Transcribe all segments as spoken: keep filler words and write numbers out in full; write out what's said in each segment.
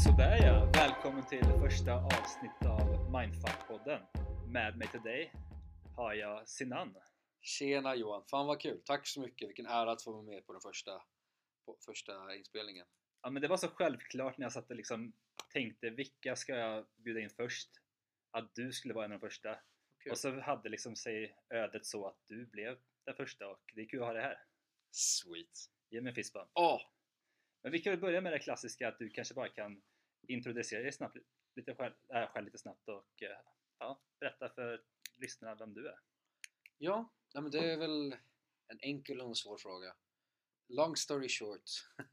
Sådär ja, välkommen till första avsnitt av Mindfuck-podden. Med mig till dig har jag Sinan. Tjena Johan, fan vad kul, tack så mycket, vilken ära att få vara med på den första, på första inspelningen. Ja, men det var så självklart när jag satt och liksom tänkte vilka ska jag bjuda in först, att du skulle vara en av de första. Kul. Och så hade liksom sig ödet så att du blev den första och det är kul att ha det här. Sweet. Ge mig en fistbump. Åh! Men vi kan väl börja med det klassiska att du kanske bara kan introducera dig snabbt, lite själv, äh, själv lite snabbt och äh, ja, berätta för lyssnarna vem du är. Ja, nej, men det är väl en enkel och en svår fråga. Long story short.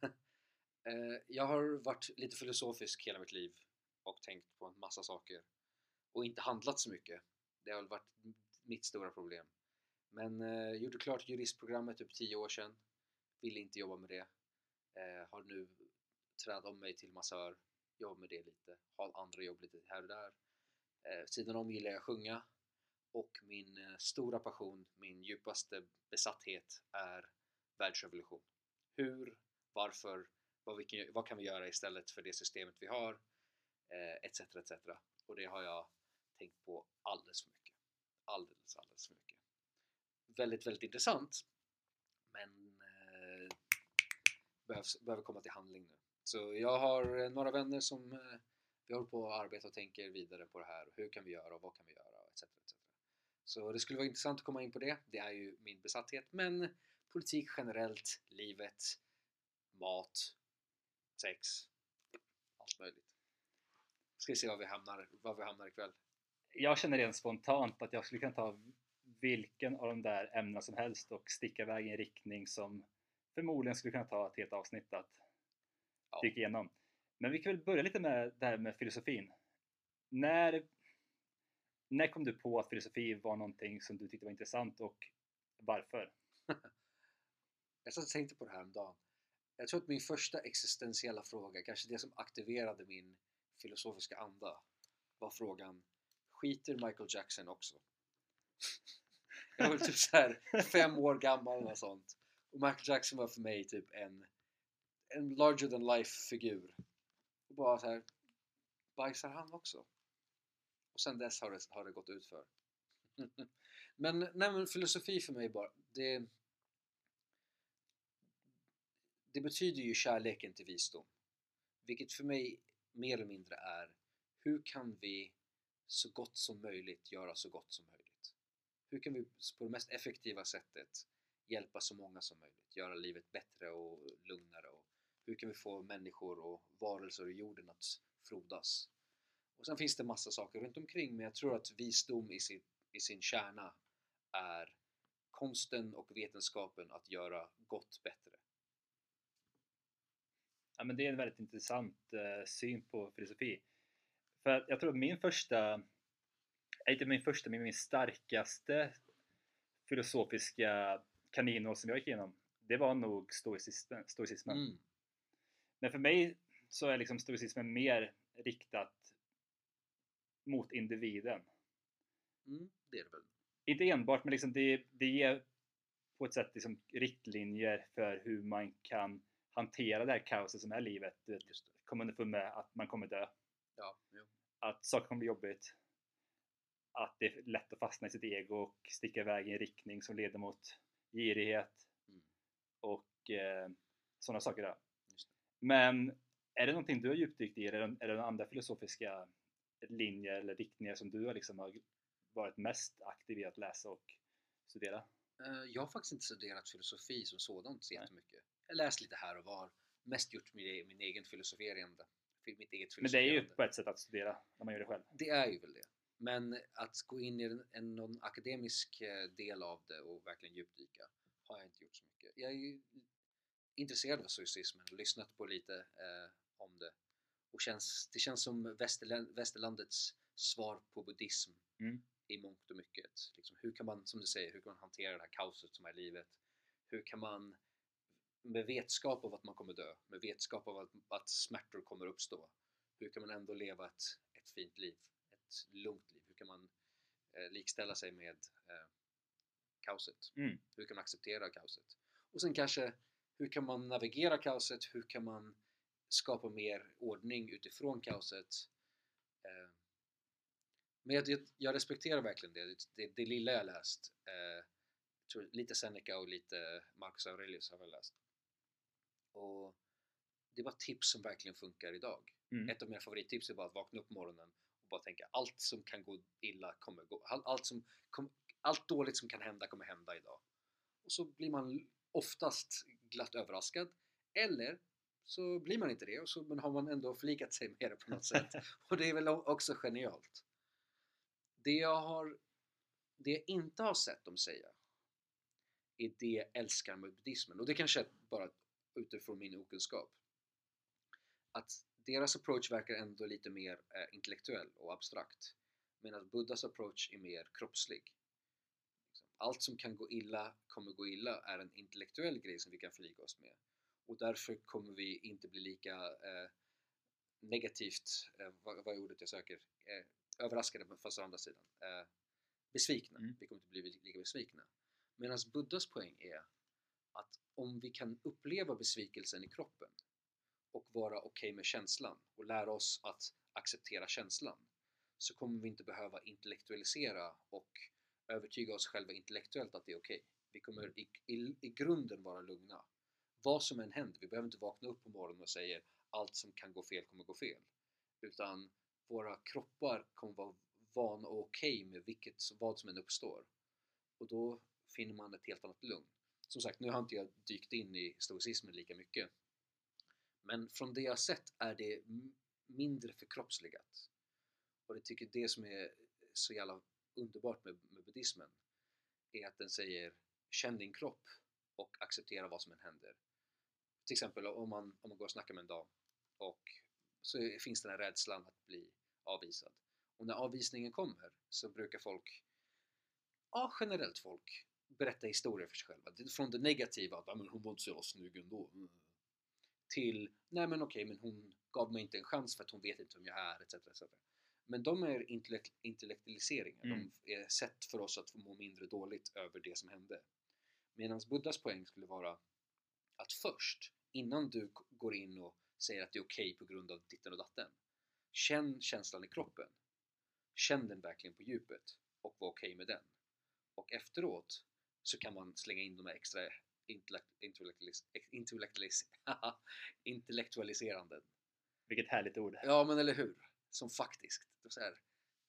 eh, jag har varit lite filosofisk hela mitt liv och tänkt på en massa saker och inte handlat så mycket. Det har väl varit mitt stora problem. Men eh, gjorde klart juristprogrammet typ tio år sedan. Ville inte jobba med det. Eh, har nu trädat om mig till massör. Jobbar med det lite. Har andra jobb lite här och där. Eh, sidan om gillar jag att sjunga. Och min eh, stora passion, min djupaste besatthet är världsrevolution. Hur, varför, vad, vi kan, vad kan vi göra istället för det systemet vi har, eh, etc, et cetera. Och det har jag tänkt på alldeles för mycket. Alldeles, alldeles för mycket. Väldigt, väldigt intressant. Men eh, behövs, behöver komma till handling nu. Så jag har eh, några vänner som eh, vi håller på att arbeta och tänker vidare på det här. Hur kan vi göra och vad kan vi göra, etc, et cetera. Så det skulle vara intressant att komma in på det. Det är ju min besatthet. Men politik generellt, livet, mat, sex, allt möjligt. Ska vi se var vi hamnar, var vi hamnar ikväll. Jag känner rent spontant att jag skulle kunna ta vilken av de där ämnena som helst och sticka iväg i en riktning som förmodligen skulle kunna ta ett helt avsnitt att Ja. dyka igenom. Men vi kan väl börja lite med det här med filosofin. När, när kom du på att filosofi var någonting som du tyckte var intressant och varför? Jag satt och tänkte på det här om dagen. Jag tror att min första existentiella fråga, kanske det som aktiverade min filosofiska anda, var frågan: skiter Michael Jackson också? Jag var typ så här fem år gammal och sånt. Och Michael Jackson var för mig typ en en larger than life figur. Och bara så här, bajsar han också? Och sen dess har det, har det gått ut för. men, nej, men filosofi för mig bara, det det betyder ju kärleken till visdom. Vilket för mig mer eller mindre är: hur kan vi så gott som möjligt göra så gott som möjligt? Hur kan vi på det mest effektiva sättet hjälpa så många som möjligt? Göra livet bättre och lugnare? Och hur kan vi få människor och varelser i jorden att frodas? Och sen finns det massa saker runt omkring, men jag tror att visdom i sin, i sin kärna är konsten och vetenskapen att göra gott bättre. Ja, men det är en väldigt intressant eh, syn på filosofi. För jag tror att min första, inte min första, men min starkaste filosofiska kaninhål som jag gick igenom, det var nog stoicismen. stoicismen. Mm. Men för mig så är liksom stoicismen mer riktat mot individen. Mm, det är det väl. Inte enbart, men liksom det, det ger på ett sätt liksom riktlinjer för hur man kan hantera det här kaoset som är livet. Du vet, just komma underfund med att man kommer dö. Ja, jo. Att saker kommer bli jobbigt. Att det är lätt att fastna i sitt ego och sticka iväg i en riktning som leder mot girighet. Mm. Och eh, sådana saker där. Just det. Men är det någonting du har djupdykt i? Är det, är det några andra filosofiska linjer eller riktningar som du har, liksom har varit mest aktiv i att läsa och studera? Jag har faktiskt inte studerat filosofi som sådant så jättemycket. Jag har läst lite här och var. Mest gjort min, min egen filosoferande. Mitt eget Men det är ju på ett sätt att studera när man gör det själv. Det är ju väl det. Men att gå in i en, en någon akademisk del av det och verkligen djupdyka har jag inte gjort så mycket. Jag är ju intresserad av stoicismen och lyssnat på lite eh, om det. Och känns, det känns som västerland, västerlandets svar på buddhism. Mm. I mångt och mycket. Liksom, hur kan man, som du säger, hur kan man hantera det här kaoset som är livet? Hur kan man med vetskap av att man kommer dö, med vetskap av att, att smärtor kommer uppstå, hur kan man ändå leva ett, ett fint liv, ett lugnt liv? Hur kan man eh, likställa sig med eh, kaoset? Mm. Hur kan man acceptera kaoset? Och sen kanske, hur kan man navigera kaoset? Hur kan man skapa mer ordning utifrån kaoset. Eh, men jag, jag respekterar verkligen det. Det, det lilla jag läst. Eh, tror lite Seneca och lite Marcus Aurelius har jag läst. Och det var tips som verkligen funkar idag. Mm. Ett av mina favorittips är bara att vakna upp på morgonen och bara tänka allt som kan gå illa kommer gå. Allt, som, kom, allt dåligt som kan hända kommer hända idag. Och så blir man oftast glatt överraskad. Eller så blir man inte det, och så, men har man ändå förlikat sig med det på något sätt. Och det är väl också genialt. Det jag, har, det jag inte har sett dem säga är det jag älskar med buddhismen. Och det kanske är bara utifrån min okunskap. Att deras approach verkar ändå lite mer eh, intellektuell och abstrakt. Medan Buddhas approach är mer kroppslig. Allt som kan gå illa kommer gå illa är en intellektuell grej som vi kan förlika oss med. Och därför kommer vi inte bli lika eh, negativt, eh, vad, vad är ordet jag söker, eh, överraskade fast å andra sidan. Eh, besvikna. Mm. Vi kommer inte bli lika besvikna. Medan Buddhas poäng är att om vi kan uppleva besvikelsen i kroppen och vara okej okay med känslan och lära oss att acceptera känslan, så kommer vi inte behöva intellektualisera och övertyga oss själva intellektuellt att det är okej. Okay. Vi kommer i, i, i grunden vara lugna. Vad som än händer, vi behöver inte vakna upp på morgonen och säga allt som kan gå fel kommer gå fel. Utan våra kroppar kommer vara vana och okej okay med vilket, vad som än uppstår. Och då finner man ett helt annat lugn. Som sagt, nu har inte jag dykt in i stoicismen lika mycket. Men från det jag sett är det mindre förkroppsligat. Och jag tycker det som är så jävla underbart med, med buddhismen är att den säger känn din kropp och acceptera vad som än händer. Till exempel om man, om man går och snackar med en dam och så finns den här rädslan att bli avvisad. Och när avvisningen kommer så brukar folk, ja generellt folk, berätta historier för sig själva. Från det negativa, att men hon var inte så jävla snygg ändå. Mm. Till, nej men okej, men hon gav mig inte en chans för att hon vet inte vem jag är, et cetera et cetera. Men de är intellekt, intellektualiseringar. Mm. De är sätt för oss att få må mindre dåligt över det som hände. Medan Buddhas poäng skulle vara att först, innan du går in och säger att det är okej på grund av ditten och datten, känn känslan i kroppen. Känn den verkligen på djupet och var okej med den. Och efteråt så kan man slänga in de här extra intellektualis- intellektualis- intellektualiserande. Vilket härligt ord. Ja, men eller hur? Som faktiskt så här,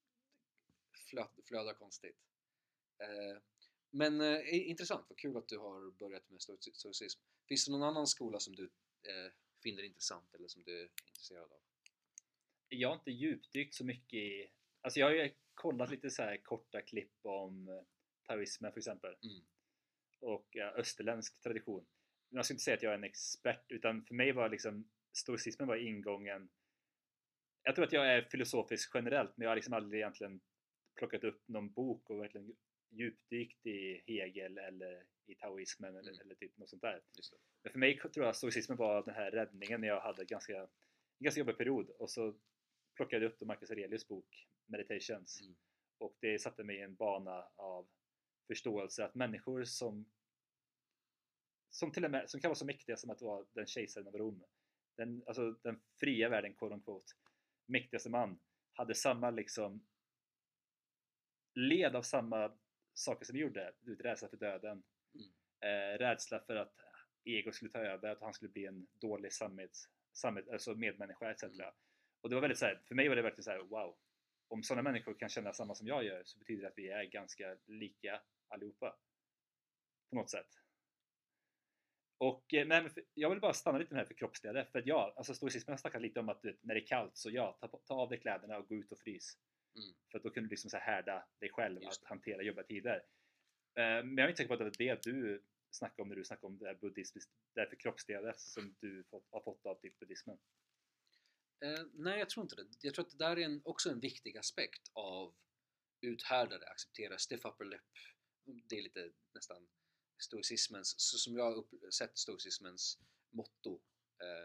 flö, flödar konstigt. Eh, men eh, intressant, vad kul att du har börjat med stoicism. Finns det någon annan skola som du eh, finner intressant eller som du är intresserad av? Jag har inte djupdykt så mycket i... Alltså jag har ju kollat lite så här korta klipp om taoismen för exempel. Mm. Och ja, österländsk tradition. Men jag ska inte säga att jag är en expert, utan för mig var liksom stoicismen var ingången. Jag tror att jag är filosofisk generellt, men jag har liksom aldrig egentligen plockat upp någon bok och verkligen djupdykt i Hegel eller i taoismen eller, mm. eller typ något sånt där. Men för mig tror jag stoicismen var den här räddningen när jag hade ganska, en ganska jobbig period, och så plockade jag upp Marcus Aurelius bok Meditations. Mm. Och det satte mig i en bana av förståelse att människor som som till och med som kan vara så mäktiga som att vara den kejsaren av Rom, den, alltså den fria världen, quote unquote, mäktigaste man, hade samma liksom led av samma saker som vi gjorde. Rädsla för döden, mm. eh, rädsla för att ego skulle ta över, att han skulle bli en dålig samhälls, samhälls, alltså medmänniska et cetera. Mm. Och det var väldigt så här, för mig var det verkligen så här: wow, om sådana människor kan känna samma som jag gör, så betyder det att vi är ganska lika allihopa på något sätt. Och nej, men för, jag vill bara stanna lite med det här för kroppsliga, för att ja, alltså stoicismen har snackat lite om att du, när det är kallt så ja, ta, ta av dig kläderna och gå ut och frys. Mm. För att då kan du liksom så här härda dig själv att hantera jobbiga tider. Uh, men jag är inte säker på att det är det du snackar om när du snackar om det här buddhism, det här för kroppsliga som du fått, har fått av typ buddhismen. Uh, nej, jag tror inte det. Jag tror att det där är en, också en viktig aspekt av uthärdare, acceptera, stiff upper lip. Det är lite nästan stoicismens, så som jag har sett stoicismens motto. Uh,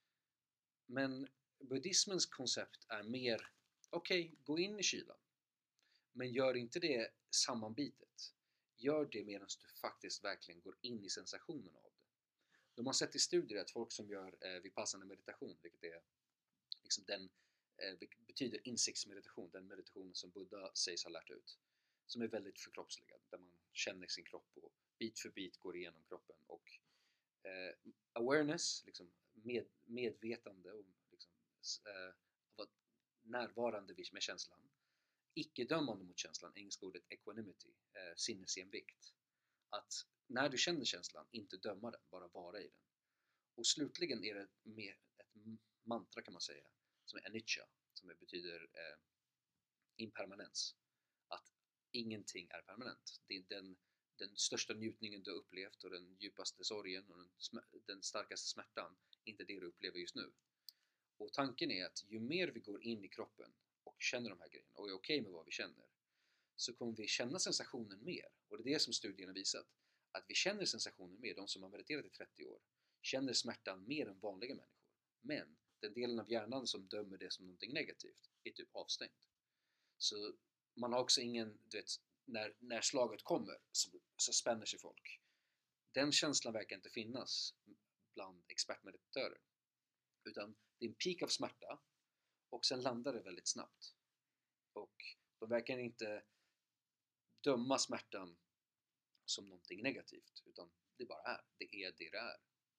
men buddhismens koncept är mer okej, okay, gå in i kylan. Men gör inte det sammanbitet. Gör det medan du faktiskt verkligen går in i sensationen av det. De har sett i studier att folk som gör eh, vipassana meditation, vilket är liksom den, eh, betyder insiktsmeditation, den meditationen som Buddha sägs ha lärt ut, som är väldigt förkroppsligad, där man känner sin kropp och bit för bit går igenom kroppen, och eh, awareness, liksom med, medvetande och liksom, eh, vara närvarande med känslan, icke-dömande mot känslan, engelska ordet equanimity, eh, sinnesjämvikt, att när du känner känslan, inte döma den, bara vara i den. Och slutligen är det med ett mantra, kan man säga, som är anicca, som betyder eh, impermanens, att ingenting är permanent. Det är den, den största njutningen du har upplevt och den djupaste sorgen och den, den starkaste smärtan, inte det du upplever just nu. Och tanken är att ju mer vi går in i kroppen och känner de här grejerna och är okej med vad vi känner, så kommer vi känna sensationen mer. Och det är det som studien har visat, att vi känner sensationen mer. De som har mediterat i trettio år känner smärtan mer än vanliga människor, men den delen av hjärnan som dömer det som någonting negativt är typ avstängd. Så man har också ingen, du vet, när, när slaget kommer så, så spänner sig folk. Den känslan verkar inte finnas bland expertmeditatörer, utan det är en peak av smärta och sen landar det väldigt snabbt. Och de verkar inte döma smärtan som någonting negativt, utan det bara är, det är det det är.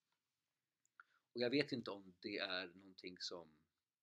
Och jag vet inte om det är någonting som,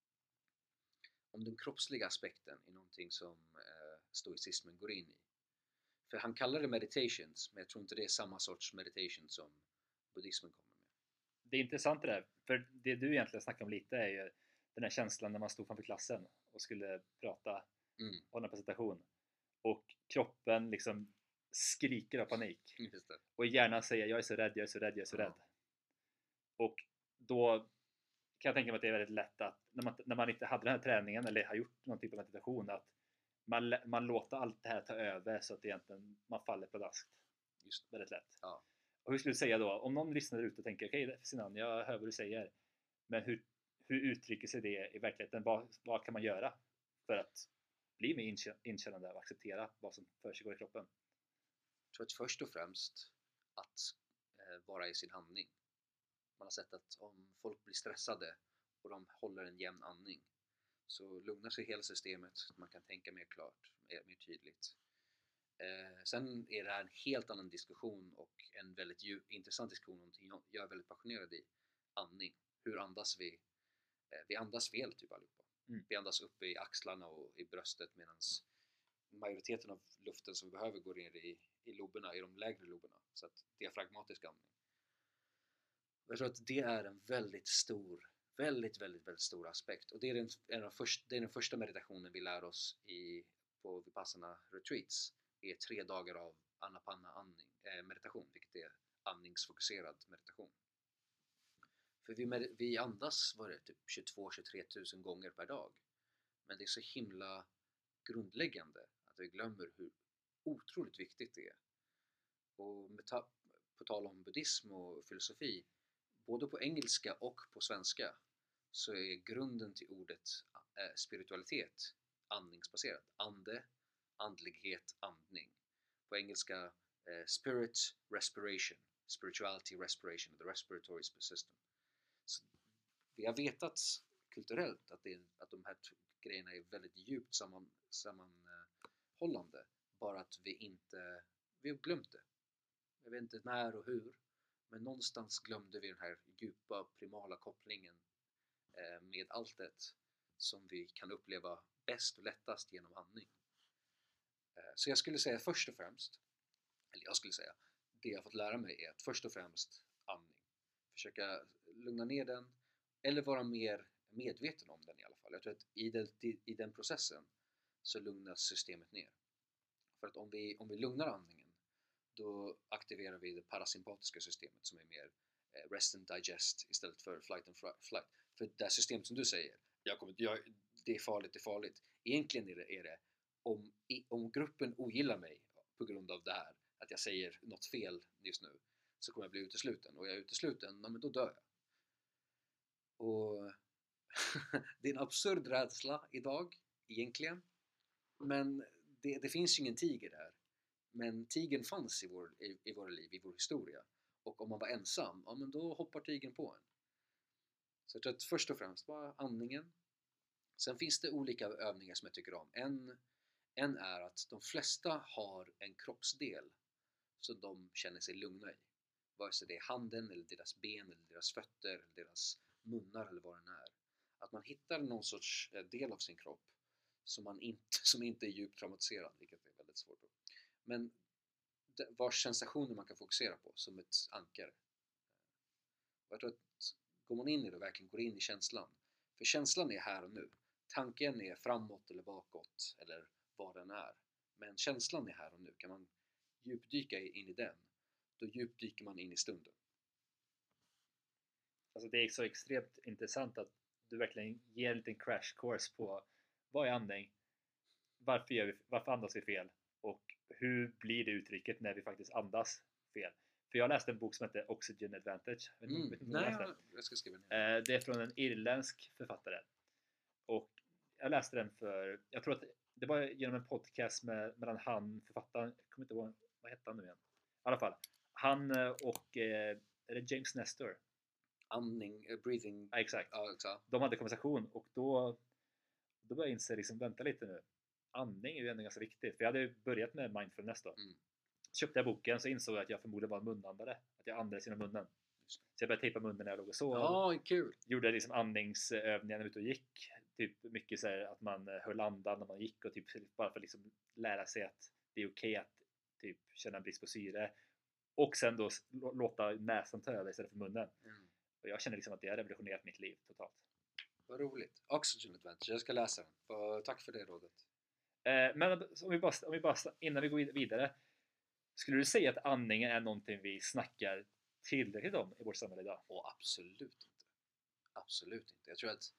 om den kroppsliga aspekten är någonting som eh, stoicismen går in i. För han kallar det meditations, men jag tror inte det är samma sorts meditation som buddhismen kommer med. Det är intressant det där, för det du egentligen snackar om lite är ju den här känslan när man stod framför klassen och skulle prata mm. på en presentation och kroppen liksom skriker av panik. Just det. Och hjärnan säger jag är så rädd, jag är så rädd, jag är så ja. rädd. Och då kan jag tänka mig att det är väldigt lätt att när man, när man inte hade den här träningen eller har gjort någon typ av meditation, att man, man låter allt det här ta över så att egentligen man faller pladask. Just väldigt lätt. Ja. Och hur skulle du säga då, om någon lyssnar ut och tänker okej okay, Sinan, jag hör vad du säger, men hur, hur uttrycker sig det i verkligheten? Vad, vad kan man göra för att bli mer inkännande och acceptera vad som försiggår i kroppen? Jag tror att först och främst att eh, vara i sin andning. Man har sett att om folk blir stressade och de håller en jämn andning, så lugnar sig hela systemet, man kan tänka mer klart, mer, mer tydligt. Eh, sen är det här en helt annan diskussion och en väldigt djup, intressant diskussion om någonting jag är väldigt passionerad i, andning. Hur andas vi? Eh, vi andas fel typ allihopa. Mm. Vi andas upp i axlarna och i bröstet, medan majoriteten av luften som vi behöver går ner i, i loberna, i de lägre loberna. Så att diafragmatisk andning. Jag tror att det är en väldigt stor, väldigt, väldigt, väldigt stor aspekt. Och det är den, en av först, det är den första meditationen vi lär oss i, på Vipassana retreats. Det är tre dagar av anapanna andning, eh, meditation, vilket är andningsfokuserad meditation. För vi, med, vi andas var det, typ tjugotvå till tjugotre tusen gånger per dag. Men det är så himla grundläggande att vi glömmer hur otroligt viktigt det är. Och med ta, på tal om buddhism och filosofi, både på engelska och på svenska, så är grunden till ordet eh, spiritualitet andningsbaserad. Ande, andlighet, andning. På engelska eh, spirit, respiration, spirituality, respiration, the respiratory system. Så vi har vetat kulturellt att, det är, att de här grejerna är väldigt djupt samman, sammanhållande, bara att vi inte, vi har glömt det. Jag vet inte när och hur, men någonstans glömde vi den här djupa primala kopplingen eh, med alltet som vi kan uppleva bäst och lättast genom andning. Eh, så jag skulle säga först och främst, eller jag skulle säga, det jag fått lära mig är att först och främst andning. Försöka lugna ner den, eller vara mer medveten om den i alla fall. Jag tror att i den, i den processen så lugnas systemet ner. För att om vi, om vi lugnar andningen, då aktiverar vi det parasympatiska systemet som är mer eh, rest and digest istället för flight and flight. För det här systemet som du säger, jag kommer, jag, det är farligt, det är farligt. Egentligen är det, är det om, om gruppen ogillar mig på grund av det här, att jag säger något fel just nu, så kommer jag bli utesluten. Och jag är utesluten, ja, men då dör jag. Och det är en absurd rädsla idag egentligen, men det, det finns ju ingen tiger där. Men tigern fanns i, vår, i, i våra liv, i vår historia. Och om man var ensam, ja men då hoppar tigern på en. Så jag tror att först och främst var andningen. Sen finns det olika övningar som jag tycker om. En, en är att de flesta har en kroppsdel som de känner sig lugna i. Vare sig det är handen eller deras ben eller deras fötter eller deras munnar eller vad det är. Att man hittar någon sorts del av sin kropp som, man inte, som inte är djupt traumatiserad, vilket är väldigt svårt. Men vars sensationer man kan fokusera på som ett ankare. Och jag tror att går man in i det och verkligen går in i känslan. För känslan är här och nu. Tanken är framåt eller bakåt eller vad den är. Men känslan är här och nu. Kan man djupdyka in i den, då djupdyker man in i stunden. Alltså det är så extremt intressant att du verkligen ger en liten crash course på vad är andning, varför, gör vi, varför andas vi fel och hur blir det uttrycket när vi faktiskt andas fel. För jag läste en bok som heter Oxygen Advantage. Jag vet inte, Mm. vet inte Nej, jag, jag ska skriva ner. det är från en irländsk författare och jag läste den för, jag tror att det var genom en podcast med, mellan han, författaren, jag kommer inte ihåg, vad hette han nu igen? I alla fall, han och, är det James Nestor? Andning, uh, breathing. Ja, exakt. Ja, exakt. De hade konversation och då, då började jag inse, liksom, vänta lite nu. Andning är ju ändå ganska viktigt. För jag hade börjat med mindfulness då. Mm. Köpte jag boken så insåg jag att jag förmodligen var en munandare. Att jag andades genom munnen. Så jag började tejpa munnen när jag låg och sov. Ja, kul. Gjorde liksom andningsövningar när jag var ute och gick. Typ mycket så här att man höll andan när man gick och typ bara för att liksom lära sig att det är okej att typ känna en brist på syre. Och sen då låta näsan ta över istället för munnen. Mm. Och jag känner liksom att det har revolutionerat mitt liv totalt. Vad roligt. Oxygen Advantage, jag ska läsa den. För, tack för det rådet. Eh, men om vi, bara, om vi bara, innan vi går vidare. Skulle du säga att andningen är någonting vi snackar tillräckligt om i vårt samhälle idag? Och absolut inte. Absolut inte. Jag tror att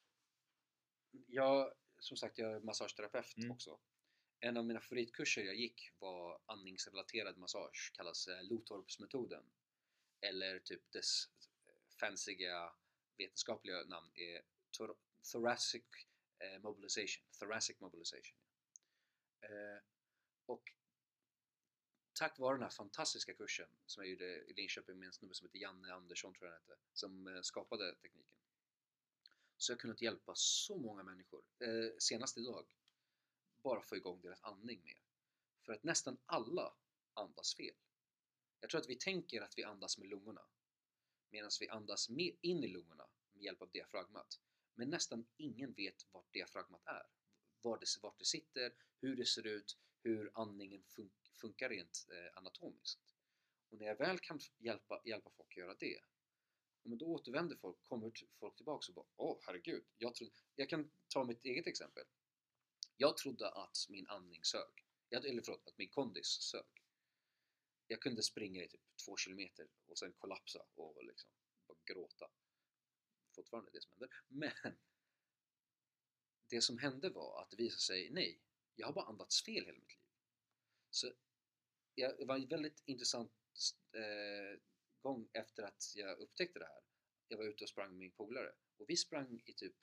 jag, som sagt, jag är massageterapeut mm. också. En av mina favoritkurser jag gick var andningsrelaterad massage, kallas Lotorpsmetoden. Eller typ dess fancyga vetenskapliga namn är thoracic eh, mobilization, thoracic mobilization. Eh, och tack vare den här fantastiska kursen som jag gjorde i Linköping med en snubbe som heter Janne Andersson, tror jag han hette, som eh, skapade tekniken, så jag har kunnat hjälpa så många människor eh, senast idag bara få igång deras andning mer. För att nästan alla andas fel. Jag tror att vi tänker att vi andas med lungorna, medan vi andas med in i lungorna med hjälp av diafragmat. Men nästan ingen vet vart diafragmat är. Var det, vart det sitter, hur det ser ut, hur andningen fun funkar rent eh, anatomiskt. Och när jag väl kan hjälpa, hjälpa folk att göra det, men då återvänder folk, kommer folk tillbaka och bara åh herregud, jag, trodde, jag kan ta mitt eget exempel. Jag trodde att min andning sög. Jag, eller förlåt, att min kondis sög. Jag kunde springa i typ två kilometer och sen kollapsa och liksom bara gråta. Fortfarande det som händer. Men det som hände var att det visade sig, nej, jag har bara andats fel hela mitt liv. Så jag, det var en väldigt intressant eh, gång efter att jag upptäckte det här. Jag var ute och sprang med min polare. Och vi sprang i typ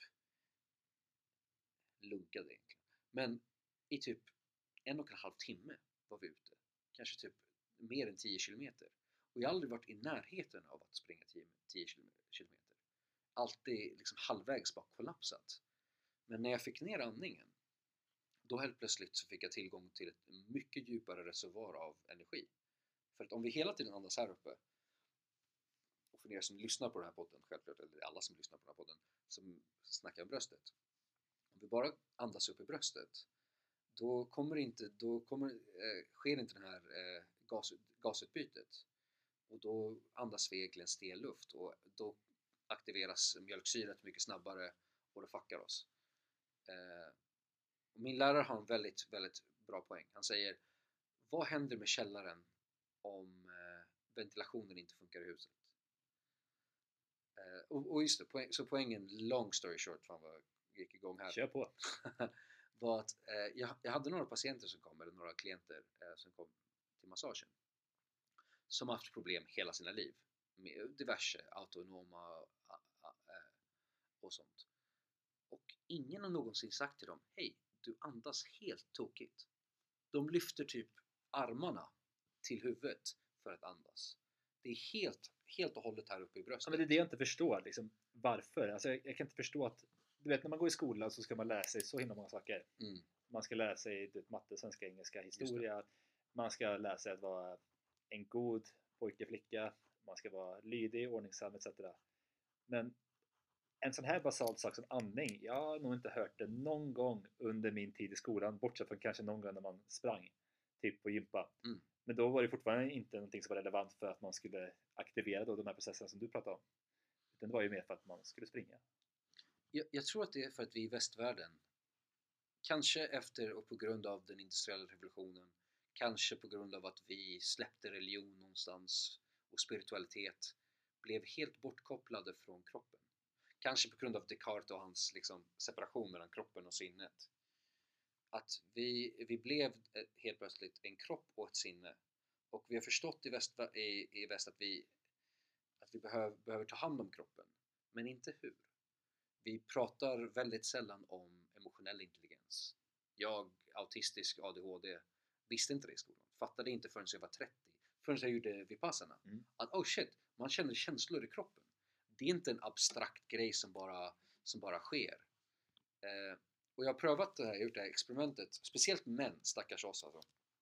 lunkade egentligen. Men i typ en och en halv timme var vi ute. Kanske typ mer än tio kilometer. Och jag har aldrig varit i närheten av att springa tio kilometer. Alltid liksom halvvägs bara kollapsat. Men när jag fick ner andningen, då helt plötsligt så fick jag tillgång till ett mycket djupare reservoar av energi. För att om vi hela tiden andas här uppe, och för er som lyssnar på den här podden, självklart, eller alla som lyssnar på den här podden som snackar om bröstet, om vi bara andas upp i bröstet, då kommer inte, då kommer, eh, sker inte den här eh, gas, gasutbytet, och då andas vi egentligen stel luft, och då aktiveras mjölksyret mycket snabbare och det fuckar oss. Eh, och min lärare har en väldigt, väldigt bra poäng. Han säger, vad händer med källaren om eh, ventilationen inte funkar i huset? Eh, och, och just det, poäng, så poängen, long story short, fan vad gick igång här. Kör på. var att eh, jag, jag hade några patienter som kom, eller några klienter eh, som kom till massagen, som haft problem hela sina liv med diverse autonoma a, a, a, och sånt. Och ingen har någonsin sagt till dem, hej, du andas helt tokigt. De lyfter typ armarna till huvudet för att andas. Det är helt, helt och hållet här uppe i bröstet. Ja, men det är det jag inte förstår, liksom, varför. Alltså, jag, jag kan inte förstå att, du vet, när man går i skolan så ska man lära sig så himla många saker. Mm. Man ska lära sig du vet, matte, svenska, engelska, historia. Man ska lära sig att vara en god pojke, flicka. Man ska vara lydig, ordningsam et cetera. Men en sån här basal sak som andning, jag har nog inte hört det någon gång under min tid i skolan, bortsett från kanske någon gång när man sprang, typ på gympa. Mm. Men då var det fortfarande inte någonting som var relevant för att man skulle aktivera då de här processerna som du pratade om. Utan det var ju mer för att man skulle springa. Jag, jag tror att det är för att vi i västvärlden, kanske efter och på grund av den industriella revolutionen, kanske på grund av att vi släppte religion någonstans och spiritualitet, blev helt bortkopplade från kroppen. Kanske på grund av Descartes och hans liksom, separation mellan kroppen och sinnet. Att vi, vi blev helt plötsligt en kropp och ett sinne. Och vi har förstått i väst, i, i väst att vi, att vi behöver, behöver ta hand om kroppen. Men inte hur. Vi pratar väldigt sällan om emotionell intelligens. Jag, autistisk A D H D, visste inte det i skolan. Fattade inte förrän jag var trettio. Förrän jag gjorde Vipassana. Mm. Att oh shit, man känner känslor i kroppen. Det är inte en abstrakt grej som bara, som bara sker. Eh, och jag har prövat det här, jag har gjort det här experimentet. Speciellt män, stackars oss alltså.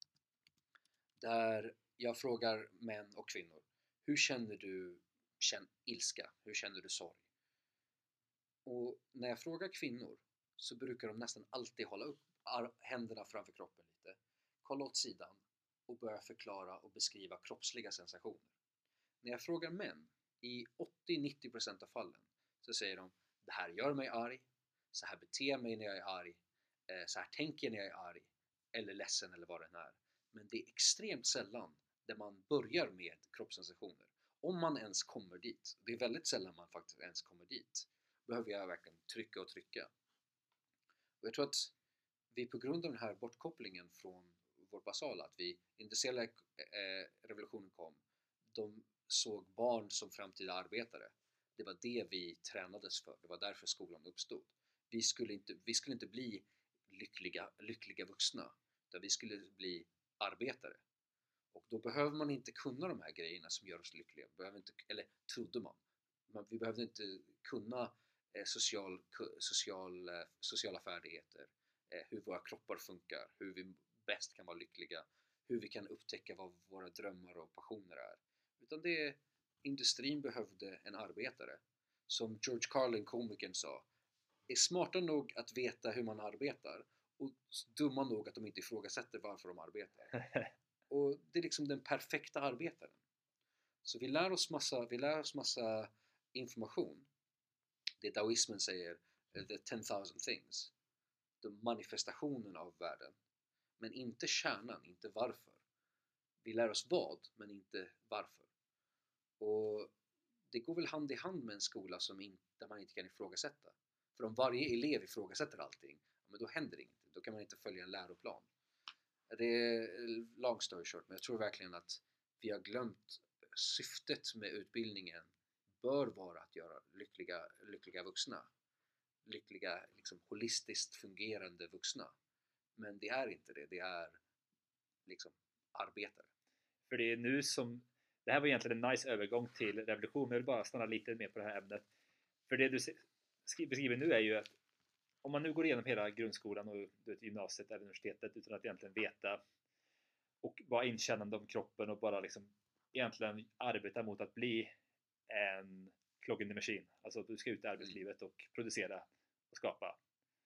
Där jag frågar män och kvinnor. Hur känner du känn, ilska? Hur känner du sorg? Och när jag frågar kvinnor så brukar de nästan alltid hålla upp händerna framför kroppen lite. Kolla åt sidan och börja förklara och beskriva kroppsliga sensationer. När jag frågar män, i åttio till nittio procent av fallen, så säger de: det här gör mig arg, så här beter jag mig när jag är arg, så här tänker jag när jag är arg, eller ledsen eller vad det är. Men det är extremt sällan där man börjar med kroppssensationer. Om man ens kommer dit. Det är väldigt sällan man faktiskt ens kommer dit. Behöver jag verkligen trycka och trycka. Och jag tror att vi på grund av den här bortkopplingen från vår basala, att vi, industriella eh, revolutionen kom, de såg barn som framtida arbetare. Det var det vi tränades för. Det var därför skolan uppstod. Vi skulle inte, vi skulle inte bli lyckliga, lyckliga vuxna, utan vi skulle bli arbetare. Och då behöver man inte kunna de här grejerna som gör oss lyckliga. Behöver inte, eller trodde man. Men vi behövde inte kunna eh, social, social, eh, sociala färdigheter, eh, hur våra kroppar funkar, hur vi bäst kan vara lyckliga, hur vi kan upptäcka vad våra drömmar och passioner är. Utan det, industrin behövde en arbetare. Som George Carlin, komikern, sa: är smarta nog att veta hur man arbetar och dumma nog att de inte ifrågasätter varför de arbetar. Och det är liksom den perfekta arbetaren. Så vi lär oss massa, vi lär oss massa information. Det daoismen säger, the ten thousand things. De manifestationen av världen. Men inte kärnan, inte varför. Vi lär oss vad, men inte varför. Och det går väl hand i hand med en skola som in, där man inte kan ifrågasätta. För om varje elev ifrågasätter allting, men då händer inget. Då kan man inte följa en läroplan. Det är long story short, men jag tror verkligen att vi har glömt syftet med utbildningen bör vara att göra lyckliga, lyckliga vuxna. Lyckliga, liksom holistiskt fungerande vuxna. Men det är inte det, det är liksom arbetare. För det är nu som, det här var egentligen en nice övergång till revolution, men jag vill bara stanna lite mer på det här ämnet. För det du beskriver nu är ju att om man nu går igenom hela grundskolan och du vet, gymnasiet eller universitetet utan att egentligen veta och vara inkännande om kroppen och bara liksom egentligen arbeta mot att bli en clog in the machine, alltså att du ska ut i arbetslivet och producera och skapa,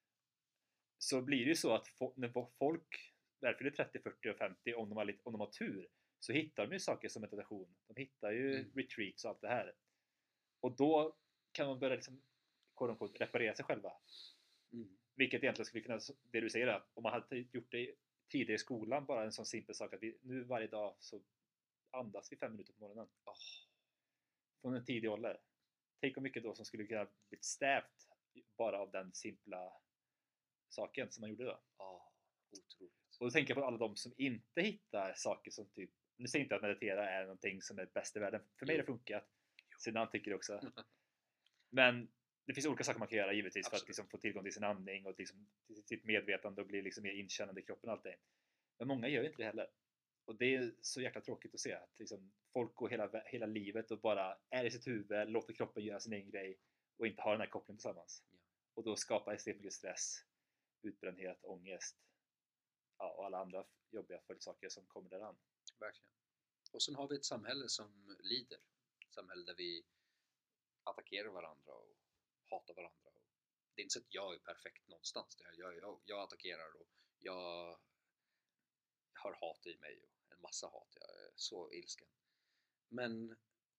så blir det ju så att när folk därför trettio, fyrtio och femtio, om de har, lite, om de har tur, så hittar de ju saker som meditation, de hittar ju mm. retreats och allt det här, och då kan de börja liksom reparera sig själva. Mm. Vilket egentligen skulle kunna, det du säger att om man hade gjort det tidigare i skolan, bara en sån simpel sak att vi, nu varje dag så andas vi fem minuter på morgonen. Oh. Från en tidig ålder. Tänk om mycket då som skulle kunna bli stävt bara av den simpla saken som man gjorde då. Oh, otroligt. Och då tänker jag på alla de som inte hittar saker som typ, nu säger jag inte att meditera är någonting som är bäst i världen. För mig har det funkat. Sedan tycker det också. Men det finns olika saker man kan göra givetvis. Absolut. För att liksom få tillgång till sin andning och liksom till sitt medvetande och bli liksom mer inkännande i kroppen och allt det. Men många gör inte det heller. Och det är så jäkla tråkigt att se att liksom, folk går hela, hela livet och bara är i sitt huvud, låter kroppen göra sin egen grej och inte har den här kopplingen tillsammans. Ja. Och då skapar extremt mycket stress, utbrändhet, ångest, ja, och alla andra jobbiga följdsaker som kommer däran. Verkligen. Och sen har vi ett samhälle som lider. Ett samhälle där vi attackerar varandra och hatar varandra. Det är inte så att jag är perfekt någonstans. Jag, jag, jag attackerar och jag har hat i mig och en massa hat. Jag är så ilsken. Men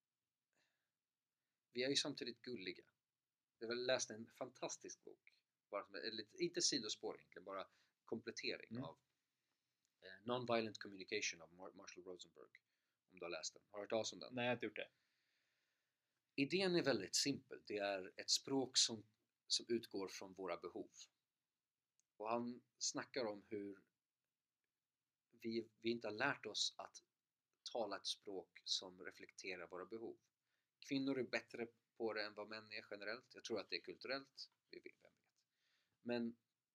vi är ju samtidigt gulliga. Jag läste en fantastisk bok. Bara som, lite, inte sidospår egentligen, bara komplettering mm. av eh, Nonviolent Communication av Marshall Rosenberg. Om du har läst den. Har du hört talas om den? Nej, jag har inte gjort det. Idén är väldigt simpel. Det är ett språk som, som utgår från våra behov. Och han snackar om hur vi, vi inte har lärt oss att tala ett språk som reflekterar våra behov. Kvinnor är bättre på det än vad män är generellt. Jag tror att det är kulturellt. Vi vet, vem vet. Men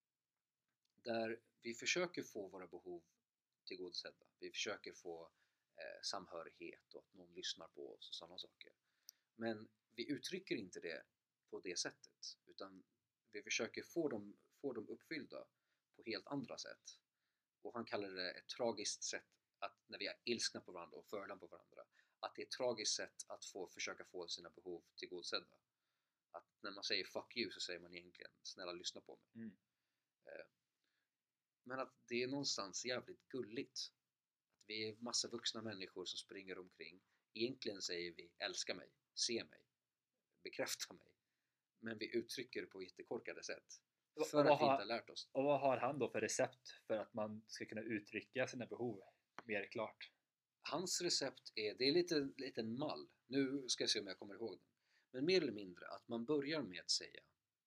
där vi försöker få våra behov tillgodosedda. Vi försöker få eh, samhörighet och att någon lyssnar på oss och sådana saker. Men vi uttrycker inte det på det sättet. Utan vi försöker få dem, få dem uppfyllda på helt andra sätt. Och han kallar det ett tragiskt sätt att när vi är ilskna på varandra och förolämpar på varandra. Att det är ett tragiskt sätt att få, försöka få sina behov tillgodosedda. Att när man säger fuck you så säger man egentligen snälla lyssna på mig. Mm. Eh, men att det är någonstans jävligt gulligt. Att vi är massa vuxna människor som springer omkring. Egentligen säger vi älska mig, se mig, bekräfta mig. Men vi uttrycker det på jättekorkade sätt. För att vi inte har lärt oss. Och vad har han då för recept för att man ska kunna uttrycka sina behov mer klart? Hans recept är, det är lite, lite en mall. Nu ska jag se om jag kommer ihåg den. Men mer eller mindre att man börjar med att säga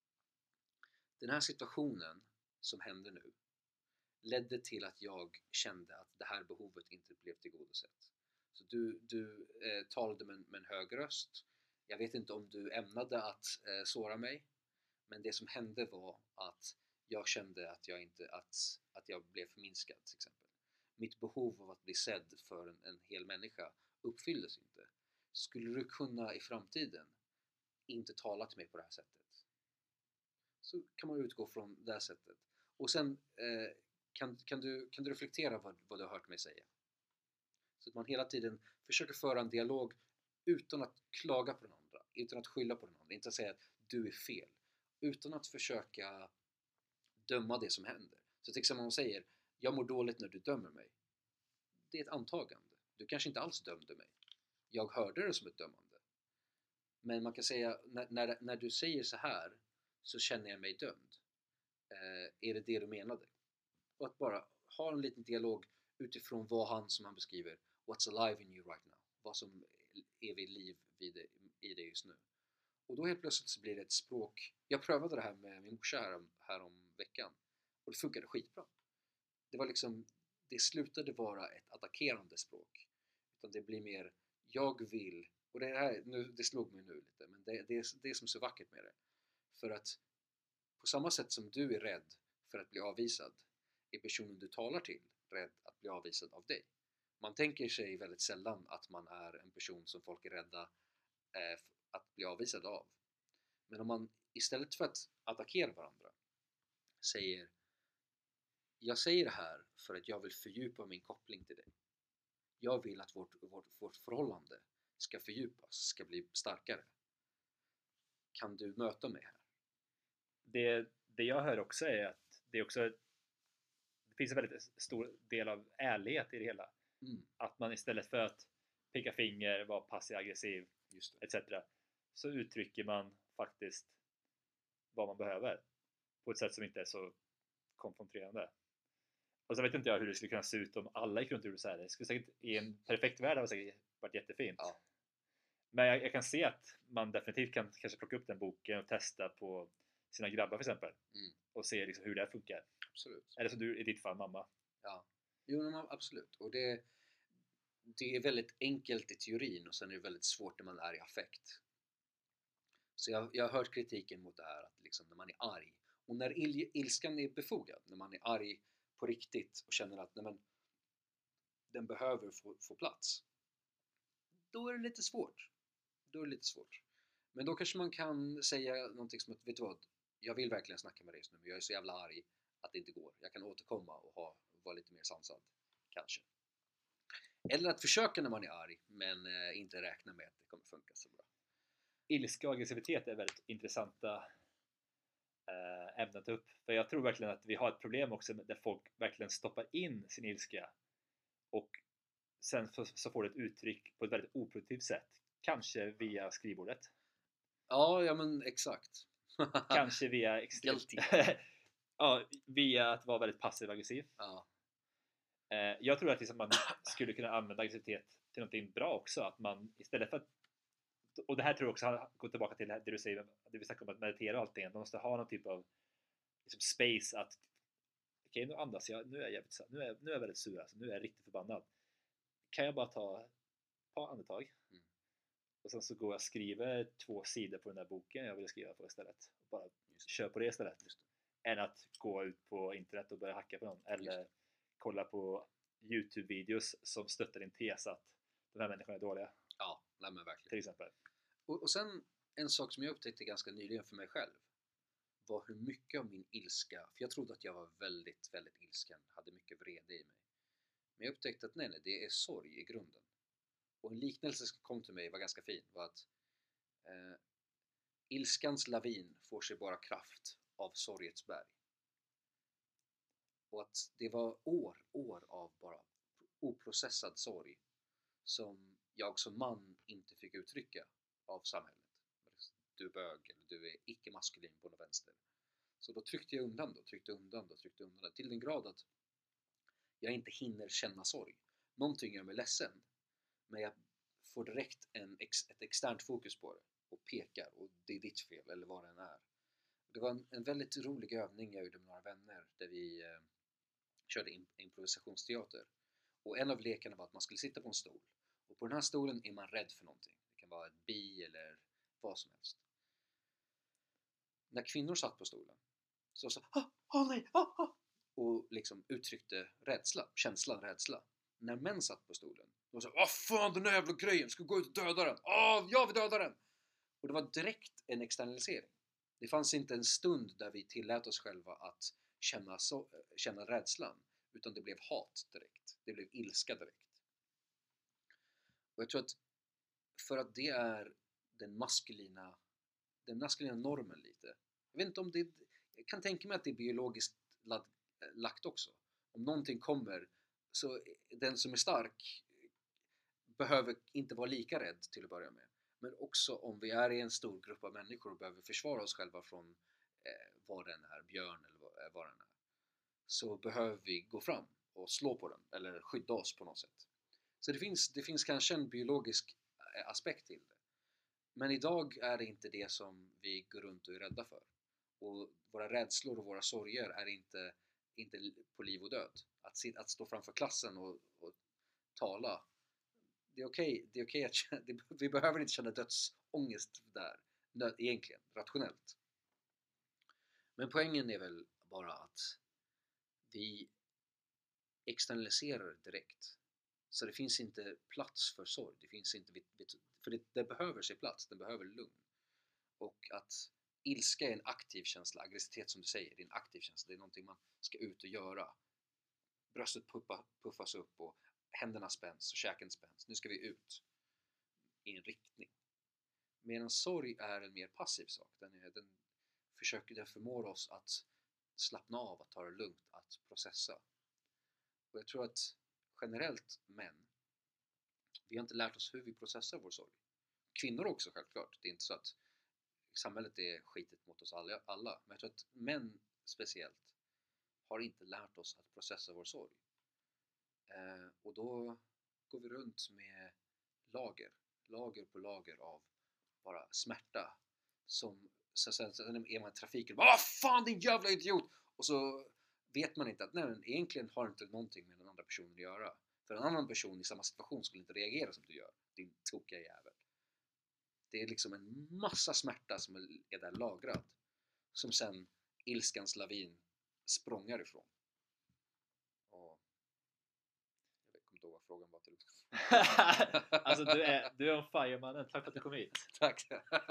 den här situationen som händer nu ledde till att jag kände att det här behovet inte blev tillgodosett. Så du, du eh, talade med, med en hög röst. Jag vet inte om du ämnade att eh, såra mig. Men det som hände var att jag kände att jag, inte, att, att jag blev förminskad till exempel. Mitt behov av att bli sedd för en, en hel människa uppfylldes inte. Skulle du kunna i framtiden inte tala till mig på det här sättet? Så kan man utgå från det här sättet. Och sen eh, kan, kan, du, kan du reflektera vad, vad du har hört mig säga. Så att man hela tiden försöker föra en dialog utan att klaga på den andra. Utan att skylla på den andra. Inte att säga att du är fel. Utan att försöka döma det som händer. Så till exempel om man säger jag mår dåligt när du dömer mig. Det är ett antagande. Du kanske inte alls dömde mig. Jag hörde det som ett dömande. Men man kan säga när, när, när du säger så här så känner jag mig dömd. Eh, är det det du menade? Och att bara ha en liten dialog utifrån vad han som han beskriver what's alive in you right now. Vad som är vid liv vid det, i det just nu. Och då helt plötsligt så blir det ett språk. Jag prövade det här med min morsa här om, här om veckan. Och det funkade skitbra. Det var liksom, det slutade vara ett attackerande språk. Utan det blir mer, jag vill. Och det här, nu, det slog mig nu lite. Men det, det, är, det är som så vackert med det. För att på samma sätt som du är rädd för att bli avvisad. Är personen du talar till rädd att bli avvisad av dig. Man tänker sig väldigt sällan att man är en person som folk är rädda eh, att bli avvisad av. Men om man istället för att attackera varandra säger jag säger det här för att jag vill fördjupa min koppling till dig. Jag vill att vårt, vårt, vårt förhållande ska fördjupas, ska bli starkare. Kan du möta mig här? Det, det jag hör också är att det är också det finns en väldigt stor del av ärlighet i det hela. Mm. Att man istället för att peka finger, vara passiv-aggressiv et cetera så uttrycker man faktiskt vad man behöver på ett sätt som inte är så konfronterande. Och så vet inte jag hur det skulle kunna se ut om alla gick runt och gjorde så här. Det skulle säkert i en perfekt värld ha säkert varit jättefint. Ja. Men jag, jag kan se att man definitivt kan kanske plocka upp den boken och testa på sina grabbar för exempel. Mm. Och se liksom hur det här funkar. Absolut. Eller som du i ditt fall, mamma. Ja, jo, men absolut. Och det, det är väldigt enkelt i teorin och sen är det väldigt svårt när man är i affekt. Så jag, jag har hört kritiken mot det här att liksom när man är arg och när il, ilskan är befogad, när man är arg på riktigt och känner att nej men, den behöver få, få plats. Då är det lite svårt. Då är det lite svårt. Men då kanske man kan säga någonting som att, vet du vad? Jag vill verkligen snacka med dig just nu, men jag är så jävla arg att det inte går. Jag kan återkomma och ha, vara lite mer sansad. Kanske. Eller att försöka när man är arg, men eh, inte räkna med att det kommer funka så bra. Ilska och aggressivitet är väldigt intressanta eh, ämnen att ta upp. För jag tror verkligen att vi har ett problem också där folk verkligen stoppar in sin ilska och sen så, så får det ett uttryck på ett väldigt oproduktivt sätt. Kanske via skrivbordet. Ja, ja men exakt. Kanske via extremt... ja, via att vara väldigt passiv aggressiv. Ja. Eh, jag tror att liksom man skulle kunna använda aggressivitet till någonting bra också. Att man istället för att, och det här tror jag också går tillbaka till det du säger, det vi snackar om att meditera och allting. Man måste ha någon typ av liksom space att okej, okay, nu andas jag, nu är jag jävligt, nu är, nu är jag väldigt sur, alltså, nu är jag riktigt förbannad. Kan jag bara ta ett par andetag mm. och sen så går jag och skriver två sidor på den där boken jag vill skriva på istället. Och bara kör på det istället. Just det. Än att gå ut på internet och börja hacka på någon. Eller kolla på YouTube-videos som stöttar din tes att de här människorna är dåliga. Ja, nej men verkligen. Till exempel. Och, och sen en sak som jag upptäckte ganska nyligen för mig själv var hur mycket av min ilska, för jag trodde att jag var väldigt, väldigt ilsken, hade mycket vrede i mig. Men jag upptäckte att nej, nej, det är sorg i grunden. Och en liknelse som kom till mig var ganska fin, var att eh, ilskans lavin får sig bara kraft av sorgets berg. Och att det var år, år av bara oprocessad sorg som jag som man inte fick uttrycka av samhället. Du är bög eller du är icke-maskulin på något vänster. Så då tryckte jag undan då, tryckte undan då, tryckte undan då, till den grad att jag inte hinner känna sorg. Någonting gör mig ledsen, men jag får direkt en ex, ett externt fokus på det och pekar och det är ditt fel eller vad det än är. Det var en, en väldigt rolig övning jag gjorde med några vänner där vi eh, körde in, improvisationsteater. Och en av lekarna var att man skulle sitta på en stol. Och på den här stolen är man rädd för någonting. Det kan vara ett bi eller vad som helst. När kvinnor satt på stolen så sa ah, oh, nej, ah, ah, och liksom uttryckte rädsla, känslan rädsla. När män satt på stolen och sa vad fan den där jävla grejen, ska gå ut och döda den. Ah, jag vill döda den. Och det var direkt en externalisering. Det fanns inte en stund där vi tillät oss själva att känna, så, känna rädslan, utan det blev hat direkt. Det blev ilska direkt. Och jag tror att för att det är den maskulina den maskulina normen lite. Jag vet inte om det, jag kan tänka mig att det är biologiskt lad, lagt också. Om någonting kommer så den som är stark behöver inte vara lika rädd till att börja med. Men också om vi är i en stor grupp av människor och behöver försvara oss själva från eh, vad den är, björn eller vad, eh, vad den är, så behöver vi gå fram och slå på den eller skydda oss på något sätt. Så det finns, det finns kanske en biologisk aspekt till det. Men idag är det inte det som vi går runt och är rädda för. Och våra rädslor och våra sorger är inte, inte på liv och död. Att, sitta, att stå framför klassen och, och tala, det är okej, det är okej att känna, det, vi behöver inte känna dödsångest där, egentligen, rationellt. Men poängen är väl bara att vi externaliserar direkt. Så det finns inte plats för sorg. Det finns inte, för det, det behöver sig plats, det behöver lugn. Och att ilska är en aktiv känsla, aggressivitet som du säger, det är en aktiv känsla. Det är någonting man ska ut och göra. Bröstet puffa, puffas upp och händerna spänns och käken spänns. Nu ska vi ut i en riktning. Medan sorg är en mer passiv sak. Den, är, den försöker, den förmår oss att slappna av, att ta det lugnt, att processa. Och jag tror att generellt män, vi har inte lärt oss hur vi processar vår sorg. Kvinnor också självklart. Det är inte så att samhället är skitigt mot oss alla. Men jag tror att män speciellt har inte lärt oss att processa vår sorg. Eh, och då går vi runt med lager. Lager på lager av bara smärta. Som så sen så är man i trafiken och bara vad fan din jävla idiot! Och så vet man inte att nej, men egentligen har det inte någonting med den andra personen att göra. För en annan person i samma situation skulle inte reagera som du gör. Din tokiga jävel. Det är liksom en massa smärta som är där lagrad. Som sen ilskans lavin språngar ifrån. Och jag kommer inte ihåg vad frågan var till. Alltså du är, du är on fire mannen, tack för att du kom hit. Tack.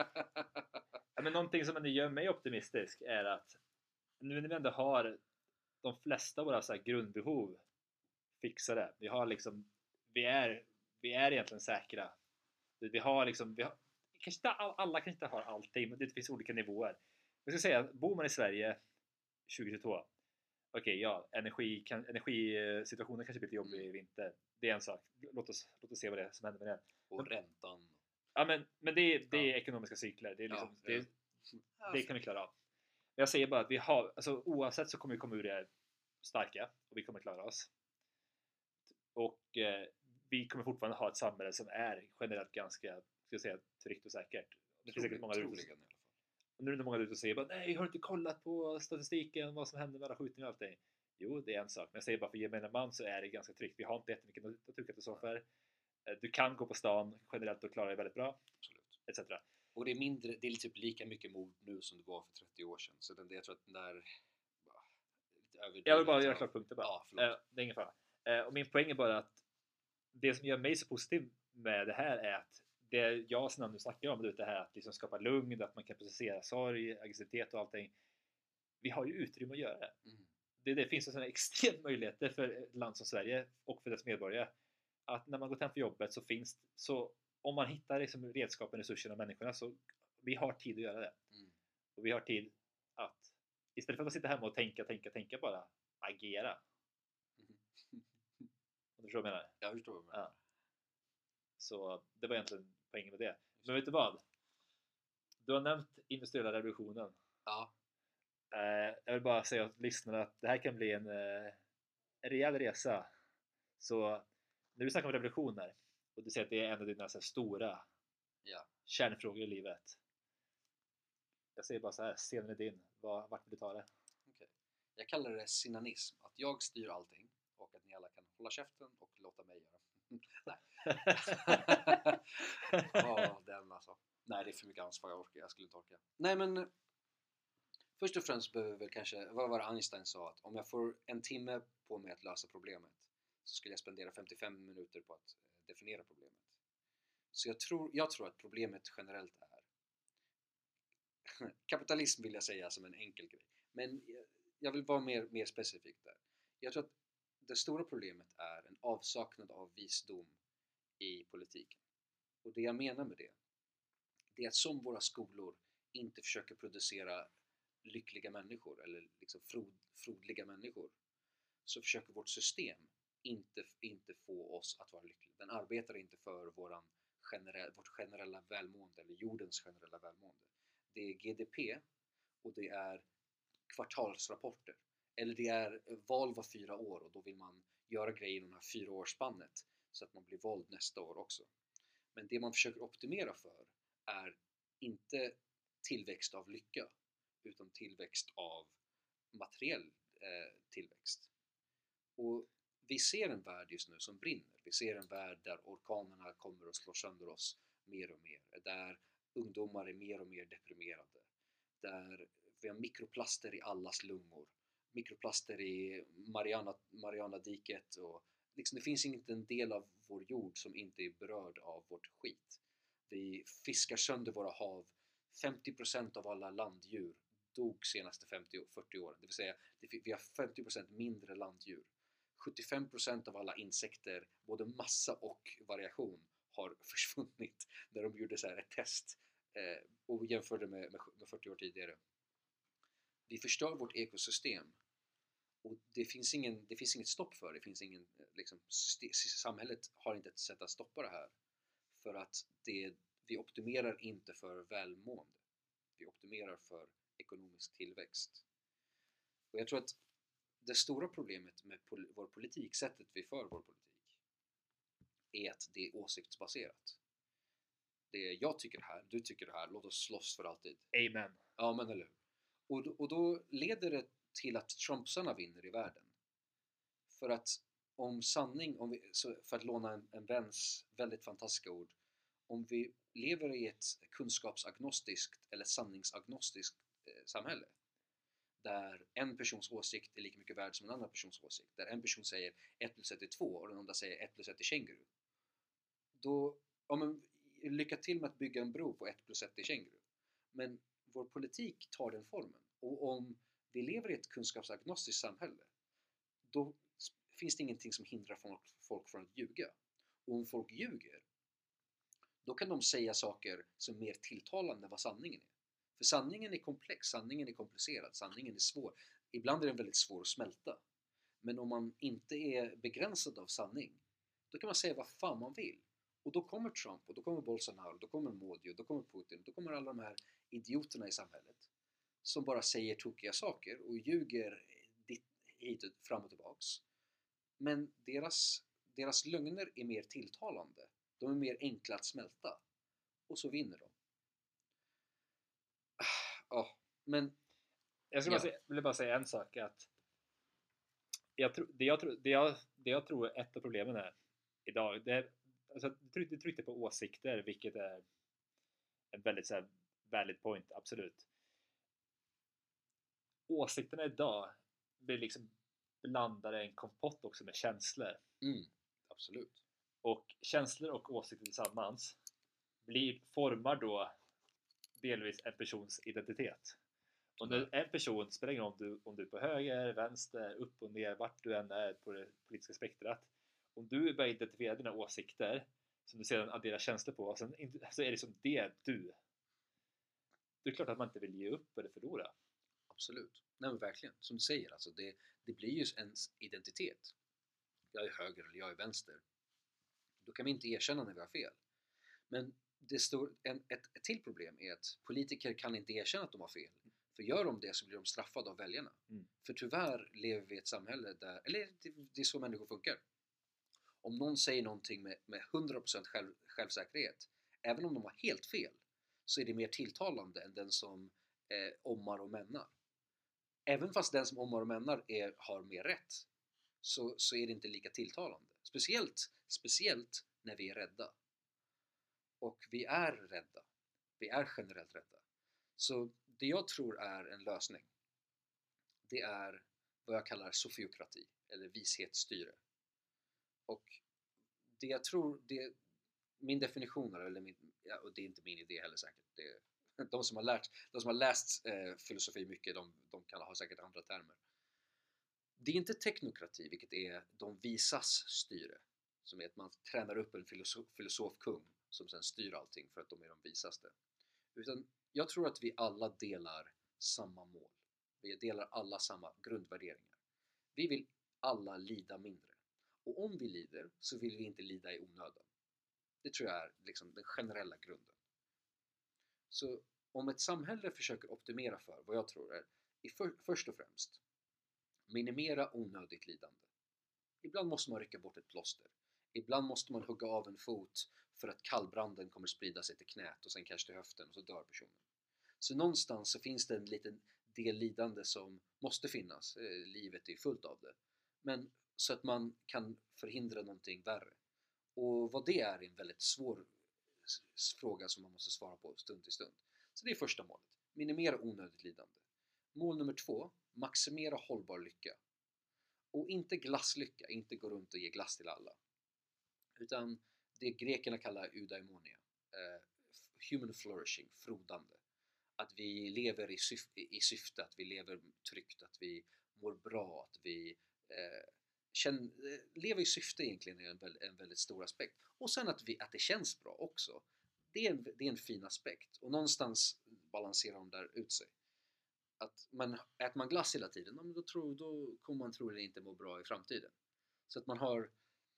Ja, men någonting som ändå gör mig optimistisk är att nu när vi ändå har de flesta av våra så här grundbehov fixade, vi har liksom, vi är, vi är egentligen säkra. Vi har liksom, vi har, kanske inte, alla kanske inte har allting, men det finns olika nivåer. Jag ska säga, bor man i Sverige tjugohundratjugotvå, okej, okay, ja, energi, kan, energisituationen kanske blir lite jobbig i vinter. Det är en sak. Låt oss, låt oss se vad det är som händer med det. Och men, räntan. Ja, men, men det, är, det är ja. ekonomiska cykler. Det, är liksom, ja, det, det kan vi klara av. Jag säger bara att vi har, alltså, oavsett så kommer vi komma ur det starka och vi kommer klara oss. Och eh, vi kommer fortfarande ha ett samhälle som är generellt ganska, ska jag säga, tryggt och säkert. Det finns säkert många troligen, ut. Och nu är det många ute och säger bara, nej, jag har inte kollat på statistiken vad som händer med alla skjutningar och allting. Jo, det är en sak. Men jag säger bara för gemene man så är det ganska tryggt. Vi har inte jättemycket naturkatastrofer. Du kan gå på stan generellt och klara dig väldigt bra. Absolut. et cetera. Och det är mindre, det är typ lika mycket mord nu som det var för trettio år sedan. Så den, jag tror att den där... Lite jag vill bara göra klart punkter bara. Ja, förlåt. Det är ingen fara. Och min poäng är bara att det som gör mig så positiv med det här är att det jag som nu snackar om, det här att liksom skapa lugn, att man kan processera sorg, aggressivitet och allting. Vi har ju utrymme att göra det. Mm. Det, det finns sådana extremt möjligheter för ett land som Sverige och för dess medborgare. Att när man går hem för jobbet så finns så om man hittar liksom redskapen, resurserna och människorna så vi har tid att göra det. Mm. Och vi har tid att istället för att sitta hemma och tänka, tänka, tänka bara agera. Mm. Om du förstår vad jag menar? Jag förstår vad du menar. Ja. Så det var egentligen poängen med det. Men vet du vad? Du har nämnt industriella revolutionen. Ja. Eh, jag vill bara säga åt lyssnarna att det här kan bli en, eh, en rejäl resa. Så när du snackar om revolutioner och du säger att det är en av dina så här, stora ja. kärnfrågor i livet. Jag säger bara så här, scenen är din. Var, vart vill du ta det? Okay. Jag kallar det synanism. Att jag styr allting och att ni alla kan hålla käften och låta mig göra. Nej. oh, den alltså. Nej, det är för mycket ansvar jag orkar. Jag skulle inte orka. Nej, men först och främst behöver vi väl kanske, vad var det Einstein sa? Att om jag får en timme på mig att lösa problemet så skulle jag spendera femtiofem minuter på att definiera problemet. Så jag tror, jag tror att problemet generellt är kapitalism vill jag säga som en enkel grej. Men jag vill vara mer, mer specifik där. Jag tror att det stora problemet är en avsaknad av visdom i politiken. Och det jag menar med det, det är att som våra skolor inte försöker producera lyckliga människor eller liksom frod, frodliga människor, så försöker vårt system inte, inte få oss att vara lyckliga. Den arbetar inte för våran generell, vårt generella välmående eller jordens generella välmående. Det är G D P och det är kvartalsrapporter. Eller det är val var fyra år och då vill man göra grejer inom det här fyraårsspannet så att man blir vald nästa år också. Men det man försöker optimera för är inte tillväxt av lycka utan tillväxt av materiell eh, tillväxt. Och vi ser en värld just nu som brinner. Vi ser en värld där orkanerna kommer att slå sönder oss mer och mer. Där ungdomar är mer och mer deprimerade. Där vi har mikroplaster i allas lungor. Mikroplaster i Mariana, Mariana-diket. Och liksom det finns inte en del av vår jord som inte är berörd av vårt skit. Vi fiskar sönder våra hav. femtio procent av alla landdjur dog senaste femtio till fyrtio åren. Det vill säga vi har femtio procent mindre landdjur. sjuttiofem procent av alla insekter, både massa och variation, har försvunnit. Där de gjorde så här ett test eh, och jämförde med, med, med fyrtio år tidigare. Vi förstör vårt ekosystem och det finns, ingen, det finns inget stopp för det. Det finns ingen, liksom, system, samhället har inte ett sätt att stoppa det här. För att det, vi optimerar inte för välmående. Vi optimerar för ekonomisk tillväxt. Och jag tror att det stora problemet med pol- vår politik, sättet vi för vår politik, är att det är åsiktsbaserat. Det är jag tycker det här, du tycker det här, låt oss slåss för alltid. Amen. Ja, men eller hur? Och då, och då leder det till att Trumpsarna vinner i världen. För att om sanning, om vi, så för att låna en, en väns väldigt fantastiska ord, om vi lever i ett kunskapsagnostiskt eller sanningsagnostiskt eh, samhälle, där en persons åsikt är lika mycket värd som en annan persons åsikt. Där en person säger ett plus ett är två och den andra säger ett plus ett är känguru. Då, ja men, lycka till med att bygga en bro på ett plus ett är känguru. Men vår politik tar den formen. Och om vi lever i ett kunskapsagnostiskt samhälle, då finns det ingenting som hindrar folk, folk från att ljuga. Och om folk ljuger, då kan de säga saker som är mer tilltalande än vad sanningen är. För sanningen är komplex, sanningen är komplicerad, sanningen är svår. Ibland är den väldigt svår att smälta. Men om man inte är begränsad av sanning, då kan man säga vad fan man vill. Och då kommer Trump, och då kommer Bolsonaro, då kommer Modi, och då kommer Putin, då kommer alla de här idioterna i samhället som bara säger tokiga saker och ljuger hit och fram och tillbaks. Men deras, deras lögner är mer tilltalande. De är mer enkla att smälta. Och så vinner de. Ja, men... Jag skulle ja. bara säga, vill bara säga en sak. Att jag tro, det, jag, det, jag, det jag tror ett av problemen är idag, det är, alltså, du tryckte på åsikter, vilket är en väldigt så här, valid point, absolut. Åsikterna idag blir liksom blandade i en kompott också med känslor. Mm, absolut. Och känslor och åsikter tillsammans blir, formar då delvis en persons identitet. Och när en person, spelar ingen roll om du, om du är på höger, vänster, upp och ner, vart du än är på det politiska spektrat. Om du börjar identifiera dina åsikter som du sedan adderar känslor på, och sen, så är det som det du. Det är klart att man inte vill ge upp eller förlora. Absolut. Nej men verkligen, som du säger, alltså det, det blir ju ens identitet. Jag är höger eller jag är vänster. Då kan vi inte erkänna när vi har fel. Men det står en, ett, ett till problem är att politiker kan inte erkänna att de har fel. För gör de det så blir de straffade av väljarna. Mm. För tyvärr lever vi i ett samhälle där, eller det, det är så människor funkar. Om någon säger någonting med, med hundra procent själv, självsäkerhet, även om de har helt fel, så är det mer tilltalande än den som eh, ommar och männar. Även fast den som ommar och männar är, har mer rätt, så, så är det inte lika tilltalande. Speciellt, speciellt när vi är rädda. Och vi är rädda. Vi är generellt rädda. Så det jag tror är en lösning, det är vad jag kallar sofiokrati, eller vishetsstyre. Och det jag tror, det, min definition, eller min, ja, och det är inte min idé heller säkert, det, de som har lärt, de som har läst eh, filosofi mycket, de, de kan ha säkert andra termer. Det är inte teknokrati, vilket är de visas styre, som är att man tränar upp en filosof, filosofkung som sen styr allting för att de är de visaste. Utan jag tror att vi alla delar samma mål. Vi delar alla samma grundvärderingar. Vi vill alla lida mindre. Och om vi lider så vill vi inte lida i onödan. Det tror jag är liksom den generella grunden. Så om ett samhälle försöker optimera för vad jag tror är i för, först och främst minimera onödigt lidande. Ibland måste man rycka bort ett plåster. Ibland måste man hugga av en fot för att kallbranden kommer sprida sig till knät och sen kanske till höften och så dör personen. Så någonstans så finns det en liten del lidande som måste finnas. Livet är fullt av det. Men så att man kan förhindra någonting värre. Och vad det är är en väldigt svår fråga som man måste svara på stund till stund. Så det är första målet. Minimera onödigt lidande. Mål nummer två. Maximera hållbar lycka. Och inte glasslycka. Inte gå runt och ge glass till alla. Utan det grekerna kallar eudaimonia. Eh, human flourishing. Frodande. Att vi lever i syfte, i syfte. Att vi lever tryggt. Att vi mår bra. Att vi eh, känner, lever i syfte egentligen är en, väldigt, en väldigt stor aspekt. Och sen att, vi, att det känns bra också. Det är, en, det är en fin aspekt. Och någonstans balanserar de där ut sig. Att man, äter man glass hela tiden, då, tror, då kommer man troligen inte må bra i framtiden. Så att man har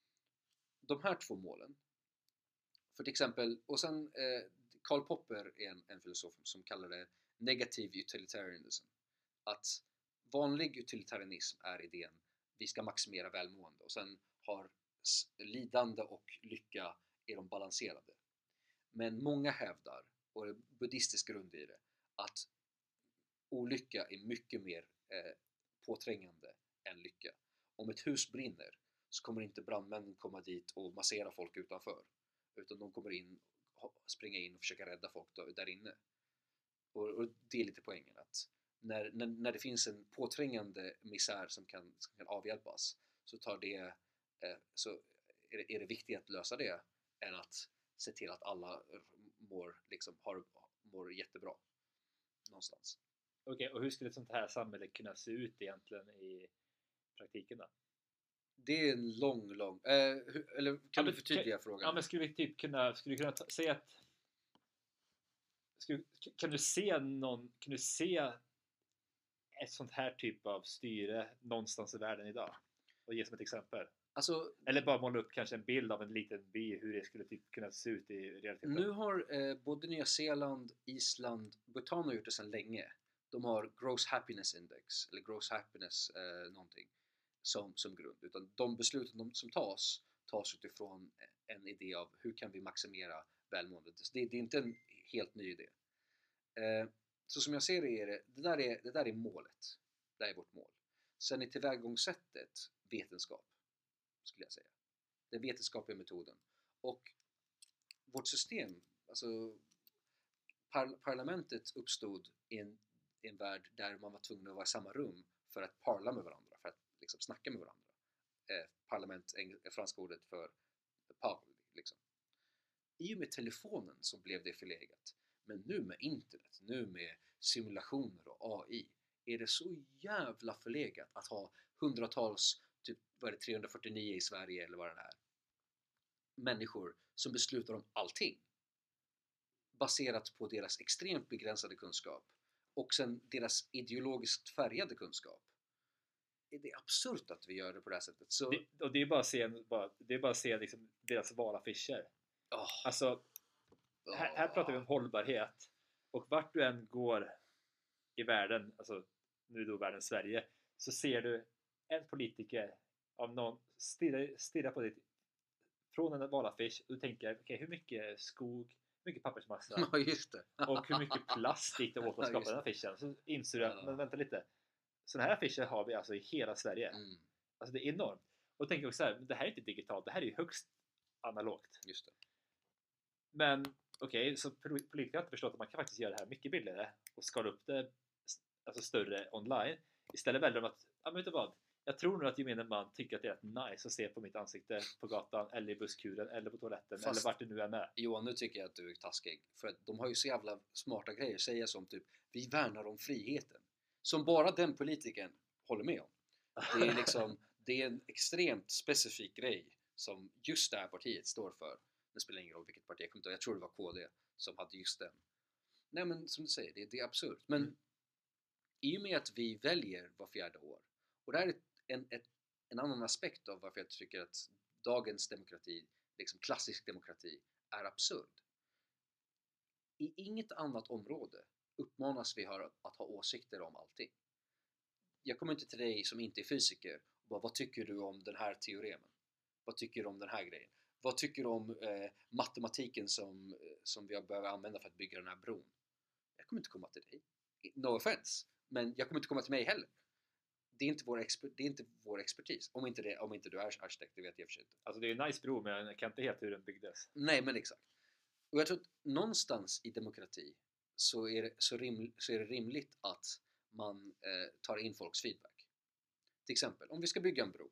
de här två målen. För till exempel, och sen eh, Karl Popper är en, en filosof som kallar det negativ utilitarianism. Att vanlig utilitarianism är idén vi ska maximera välmående och sen har lidande och lycka är de balanserade. Men många hävdar, och det är buddhistisk grund i det, att olycka är mycket mer eh, påträngande än lycka. Om ett hus brinner så kommer inte brandmännen komma dit och massera folk utanför, utan de kommer in, springa in och försöka rädda folk där inne. Och, och det är lite poängen att när, när, när det finns en påträngande misär som kan, som kan avhjälpas, så tar det eh, så är det, är det viktigt att lösa det än att se till att alla mår, liksom, har, mår jättebra någonstans. Okej, okay, och hur skulle ett sånt här samhälle kunna se ut egentligen i praktiken då? Det är en lång, lång... Eh, hur, eller kan ja, du förtydliga kan, frågan? Ja, men skulle vi typ kunna, skulle vi kunna ta, säga att... Skulle, kan du se någon... Kan du se ett sånt här typ av styre någonstans i världen idag? Och ge som ett exempel. Alltså, eller bara måla upp kanske en bild av en liten by, hur det skulle typ kunna se ut i realiteten. Nu har eh, både Nya Zeeland, Island, Bhutan har gjort det sedan länge. De har Gross Happiness Index, eller Gross Happiness eh, någonting som, som grund. Utan de besluten som tas, tas utifrån en idé av hur kan vi maximera välmåendet. Det, det är inte en helt ny idé. Eh, så som jag ser det är det, det där är, det där är målet. Det är vårt mål. Sen är tillvägagångssättet vetenskap, skulle jag säga. Den vetenskapliga metoden. Och vårt system, alltså par parlamentet uppstod i en, i en värld där man var tvungen att vara i samma rum för att parla med varandra, för att liksom snacka med varandra. Eh, parlament är franska ordet för parle, liksom. I och med telefonen så blev det förlegat. Men nu med internet, nu med simulationer och A I, är det så jävla förlegat att ha hundratals, typ vad är det, trehundrafyrtionio i Sverige eller vad det är, människor som beslutar om allting baserat på deras extremt begränsade kunskap och sen deras ideologiskt färgade kunskap. Det är absurt att vi gör det på det här sättet. Så... Det, och det är bara att se, bara, det är bara att se liksom deras valaffischer. Oh. Alltså, här, här pratar vi om hållbarhet. Och vart du än går i världen, alltså nu då världen Sverige, så ser du en politiker av någon stirra, stirra på ditt från en valaffisch och du tänker, okej, okay, hur mycket skog, hur mycket pappersmassa ja, just det. och hur mycket plast gick det åt att skapa ja, den affischen. Så inser du att, ja. men vänta lite, sådana här affischer har vi alltså i hela Sverige. Mm. Alltså det är enormt. Och tänker också så här, det här är inte digitalt, det här är ju högst analogt. Just det. Men okej, okay, så politiker har inte förstått att man kan faktiskt göra det här mycket billigare och skala upp det alltså större online. Istället väljer de att, ja men vet du vad, jag tror nog att gemene man tycker att det är rätt nice att se på mitt ansikte på gatan eller i busskuren eller på toaletten. Fast, eller vart det nu är med. Johan, nu tycker jag att du är taskig. För att de har ju så jävla smarta grejer. Säga som typ, vi värnar om friheten. Som bara den politikern håller med om. Det är liksom, det är en extremt specifik grej som just det här partiet står för. Det spelar ingen roll vilket parti jag kommer till. Jag tror det var K D som hade just den. Nej men som du säger, det, det är absurt. Men mm. i och med att vi väljer var fjärde år. Och det här är en, ett, en annan aspekt av varför jag tycker att dagens demokrati, liksom klassisk demokrati, är absurd. I inget annat område uppmanas vi att, att ha åsikter om allting. Jag kommer inte till dig som inte är fysiker och bara, vad tycker du om den här teoremen? Vad tycker du om den här grejen? Vad tycker du om eh, matematiken som, som vi behöver använda för att bygga den här bron? Jag kommer inte komma till dig. No offense. Men jag kommer inte komma till mig heller. Det är inte vår, exper- det är inte vår expertis. Om inte, det, om inte du är arkitekt, det vet jag för sig inte. Alltså det är en nice bro, men jag kan inte helt hur den byggdes. Nej, men exakt. Och jag tror att någonstans i demokrati så är det, så rim, så är det rimligt att man eh, tar in folks feedback. Till exempel, om vi ska bygga en bro,